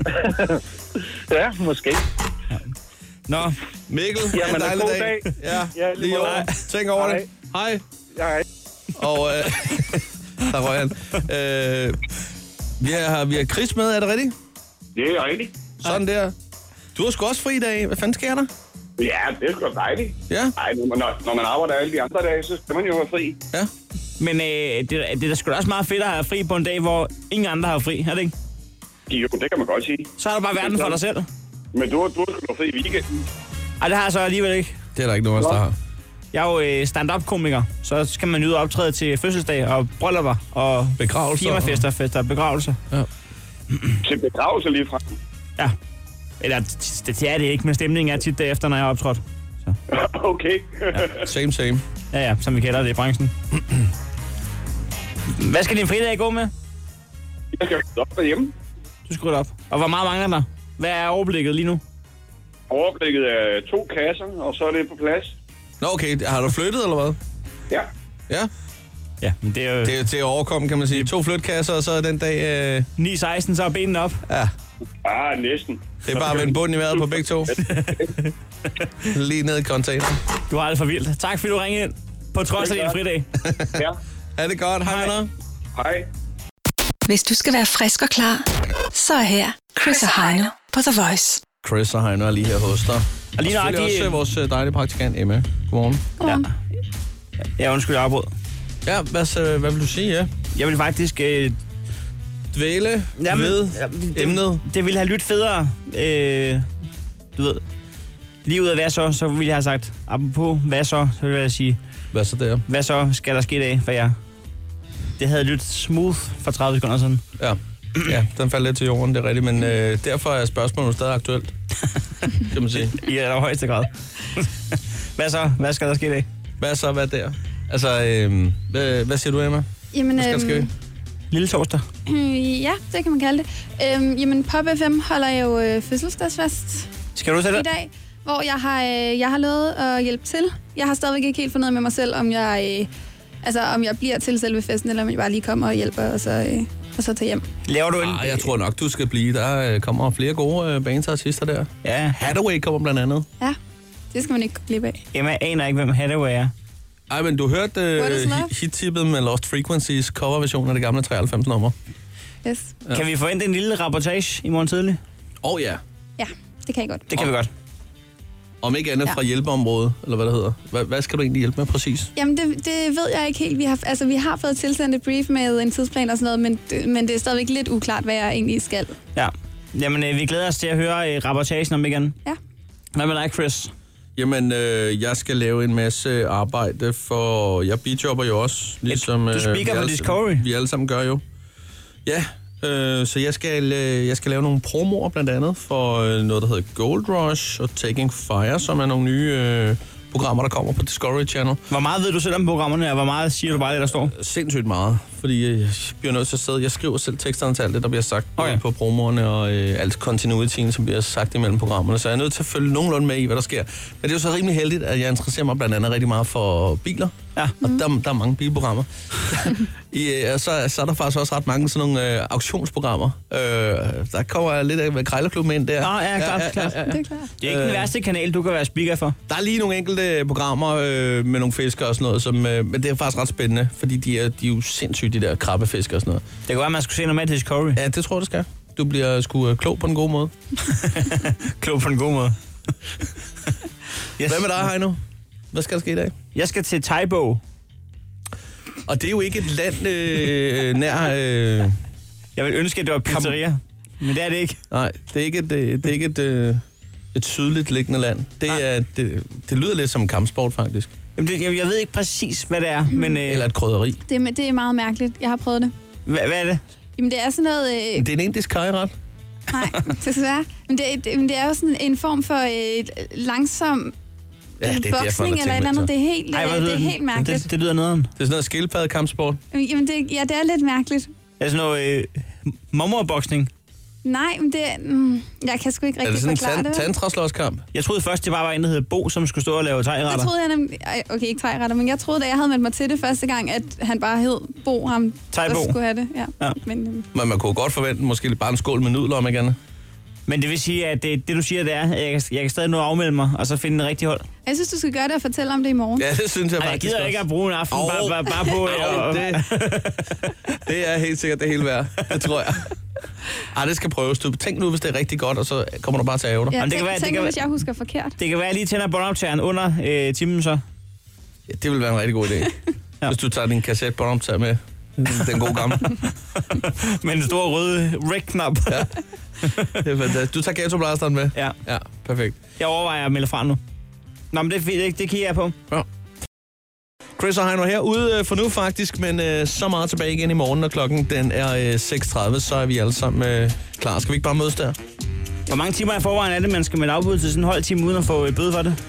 Ja, måske. Nå, Mikkel, Jamen, en dejlig god dag. dag. Ja, Ja, lige lige over. måde. Tænk over Hej. det. Hej. Ja, Og øh, der røg han. Øh, vi har, vi har Chris med, er det rigtigt? Det er rigtigt. Sådan der. Du har sgu også fri i dag. Hvad fanden sker der? Ja, det er sgu da dejligt. Ja. Ej, når, når man arbejder alle de andre dage, så skal man jo have fri. Ja. men øh, det, det er da sgu da også meget fedt at have fri på en dag, hvor ingen andre har fri, er det ikke? Jo, det kan man godt sige. Så er der bare verden for dig selv. Men du, du har sgu da fri i weekenden. Ej, det har jeg så alligevel ikke. Det er der ikke nogen af os, der har. Jeg er jo øh, stand-up-komiker, så skal man nyde optræde til fødselsdag og bryllupper og Begravelser. firmafester, fester og begravelser. Ja. Til begravelse lige fra. Ja. Eller t- det er det ikke, men stemningen er tit derefter, når jeg er optrådt. Okay. Same, same. Ja, ja, som vi kalder det i branchen. Hvad skal din fridag gå med? Jeg skal rydde op derhjemme. Du skal rydde op. Og hvor meget mangler der? Hvad er overblikket lige nu? Overblikket er to kasser, og så er det på plads. Nå, okay. Har du flyttet, eller hvad? Ja. Ja. Ja, men det er jo... Det er til at overkomme, kan man sige. To flyttkasser, og så den dag... Øh... ni seksten, så er benene op. Ja. Ah, næsten. Det er bare at vende bunden i vejret på begge to. Lige ned i containeren. Du har det for vildt. Tak fordi du ringede ind. På trods af din fridag. Ja. Er det godt? Hej, venner. Hej. Hvis du skal være frisk og klar, så er her Chris og Heino på The Voice. Chris og Heino er lige her hos dig. Og lige og nok også de... øh, vores øh, dejlige praktikant Emma. Godmorgen. Godmorgen. Ja, undskyld, jeg afbrød. Ja, hvad, så, hvad vil du sige, ja? Jeg vil faktisk... Øh... Dvæle Jamen, ved ja, det, emnet. Det ville have lyttet federe. Øh... Du ved... Lige ud af hvad så, så ville jeg have sagt, apropos hvad så, så vil jeg sige... Hvad så der? Hvad så skal der ske i dag for jer? Det havde lyttet smooth for tredive sekunder siden. Ja. Ja, den faldt lidt til jorden, det er rigtigt, men øh, derfor er spørgsmålet stadig aktuelt, kan man sige. I allerhøjeste grad. Hvad så? Hvad skal der ske i dag? Hvad så? Hvad der? Altså, øh, hvad, hvad siger du, Emma? Jamen, Hvad skal der ske? øhm, Lille torsdag. øh, ja, det kan man kalde det. Øhm, jamen, Pop F M holder jo øh, fødselsdagsfest Skal du sætte i dag, hvor jeg har, øh, jeg har lovet at hjælpe til. Jeg har stadigvæk ikke helt fundet ud af med mig selv, om jeg, øh, altså, om jeg bliver til selve festen, eller om jeg bare lige kommer og hjælper, og så, øh, og så tager hjem. Laver du en... Ah, jeg tror nok, du skal blive. Der øh, kommer flere gode øh, bands og artister der. Ja. Hathaway kommer blandt andet. Ja, det skal man ikke gå glip af. Emma aner ikke, hvem Hathaway er. Ej, men du hørte What is øh, love? hit-tippet med Lost Frequencies coverversion af det gamle treoghalvfems nummer. Yes. Ja. Kan vi forvente en lille rapportage i morgen tidlig? Åh oh, ja. Ja, det kan jeg godt. Det kan vi godt. Om ikke andet Ja. fra hjælpeområdet, eller hvad det hedder. Hvad, hvad skal du egentlig hjælpe med præcis? Jamen, det, det ved jeg ikke helt. Vi har, altså, vi har fået tilsendt et brief med en tidsplan og sådan noget, men, det- men det er stadigvæk lidt uklart, hvad jeg egentlig skal. Ja. Jamen, øh, vi glæder os til at høre øh, rapportagen om igen. Ja. Hvad med dig, Chris? Jamen, øh, jeg skal lave en masse arbejde for... Jeg bidjobber jo også, ligesom... Du speaker vi på alle- Discovery. Vi alle sammen gør jo. Ja, øh, så jeg skal, øh, jeg skal lave nogle promoer blandt andet for øh, noget, der hedder Gold Rush og Taking Fire, som er nogle nye øh, programmer, der kommer på Discovery Channel. Hvor meget ved du selv om programmerne, og hvor meget siger du bare det, der står? Sindssygt meget, fordi jeg bliver nødt til at sidde. Jeg skriver selv teksterne til alt det, der bliver sagt okay. på promoerne og øh, alt continuityen, som bliver sagt imellem programmerne. Så jeg er nødt til at følge nogenlunde med i, hvad der sker. Men det er jo så rimelig heldigt, at jeg interesserer mig blandt andet rigtig meget for biler. Ja. Og der, der er mange bilprogrammer. I, øh, så, så er der faktisk også ret mange sådan nogle øh, auktionsprogrammer. Øh, der kommer lidt af Krejlerklubben ind der. Nå, ja, klart, ja, klart. Ja, ja, ja. Det er klart. Det er ikke den værste kanal, du kan være speaker for. Der er lige nogle enkelte programmer øh, med nogle fiskere og sådan noget, som, øh, men det er faktisk ret spændende, fordi de er, de er jo sindssygt, de der krabbefiskere og sådan noget. Det kan være, at man skulle se noget med Discovery. Ja, det tror jeg, det skal. Du bliver sgu øh, klog på en god måde. Klog på en god måde. Yes. Hvad med dig, Heino? Hvad skal der ske i dag? Jeg skal til Taibo. Og det er jo ikke et land øh, nær... Øh, jeg vil ønske, at det var pizzeria, Kam- men det er det ikke. Nej, det er ikke et, det er ikke et, øh, et sydligt liggende land. Det, er, det, det lyder lidt som en kampsport, faktisk. Jamen, det, jeg, jeg ved ikke præcis, hvad det er, men... Øh, Eller et krydderi. Det, det er meget mærkeligt. Jeg har prøvet det. Hva, hvad er det? Jamen, det er sådan noget... Øh... Det er en indisk kajret. Nej, desværre. Men det, det, det er jo sådan en form for øh, langsom... Ja, det er boksning eller et eller andet. Det er helt, Ej, det er helt mærkeligt. Det, det lyder nederen. Det er sådan noget skildpaddekampsport. Jamen, det, ja, det er lidt mærkeligt. Er det sådan noget øh, mormorboksning? Nej, men det mm, jeg kan sgu ikke rigtig forklare det. Er det sådan en tan- tantraslåskamp? Jeg troede først, det bare var en, der hed Bo, som skulle stå og lave thai-retter. Jeg troede, jeg nemlig... Okay, ikke thai-retter, men jeg troede, da jeg havde meldt mig til det første gang, at han bare hed Bo, ham, der skulle have det. Ja. Ja. Men, øhm. men man kunne godt forvente måske bare en skål med nudler, om igen. Men det vil sige, at det, det du siger, det er, at jeg kan, jeg kan stadig nå at afmelde mig, og så finde det rigtige hold. Jeg synes, du skal gøre det og fortælle om det i morgen. Ja, det synes jeg Ej, faktisk jeg gider også. ikke at bruge en aften oh. bare, bare, bare på... Oh, og... det, det er helt sikkert det hele værd. Det tror jeg. Ej, det skal prøves. Du tænk nu, hvis det er rigtig godt, og så kommer du bare til at æve dig. Ja, det tænk, kan være, tænk det kan hvis jeg husker forkert. Det kan være, at jeg lige tænder båndoptageren under øh, timen, så. Ja, det vil være en rigtig god idé. Ja. Hvis du tager din kassette båndoptager med. Den gode gamle. Med en stor røde rec-knap. Ja. Det er fantastisk. Du tager ghetto-blasteren med? Ja. Ja, perfekt. Jeg overvejer at melde fra nu. Nå, men det er fint, det, det kigger jeg på. Ja. Chris og Heino her ude for nu faktisk, men øh, så meget tilbage igen i morgen, når klokken den er øh, seks tredive, så er vi alle sammen øh, klar. Skal vi ikke bare mødes der? Hvor mange timer i forvejen er det, man skal melde afbud til sådan en holdtime uden at få bøde for det?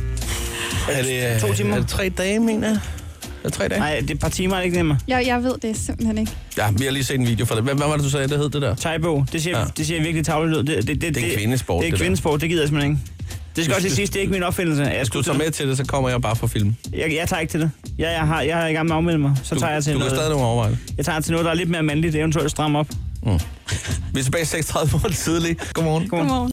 Er det, to timer? Er det tre dage, mener jeg? Er det tre dage? Nej, det er et par timer, er det ikke nemmere? Jeg, jeg ved det simpelthen ikke. Ja, vi har lige set en video for det. Hvad, hvad var det, du sagde, det hed det der? Taibo. Det siger, ja. det siger virkelig tavligt ud. Det, det, det, det er en kvindesport, det, det er kvindesport, det gider jeg simpelthen ikke. Det skal også til sidst, det er ikke min opfindelse. Jeg Hvis du tager med til det, så kommer jeg bare for film. Jeg, jeg tager ikke til det. Jeg, jeg, har, jeg har i gang med at afmelde mig. Så du, tager jeg til du noget. Du kan stadig nogle overveje. Jeg tager til noget, der er lidt mere mandligt, eventuelt stramme op. Mm. Vi er tilbage seks tredive på det tidlige. Godmorgen. Godmorgen.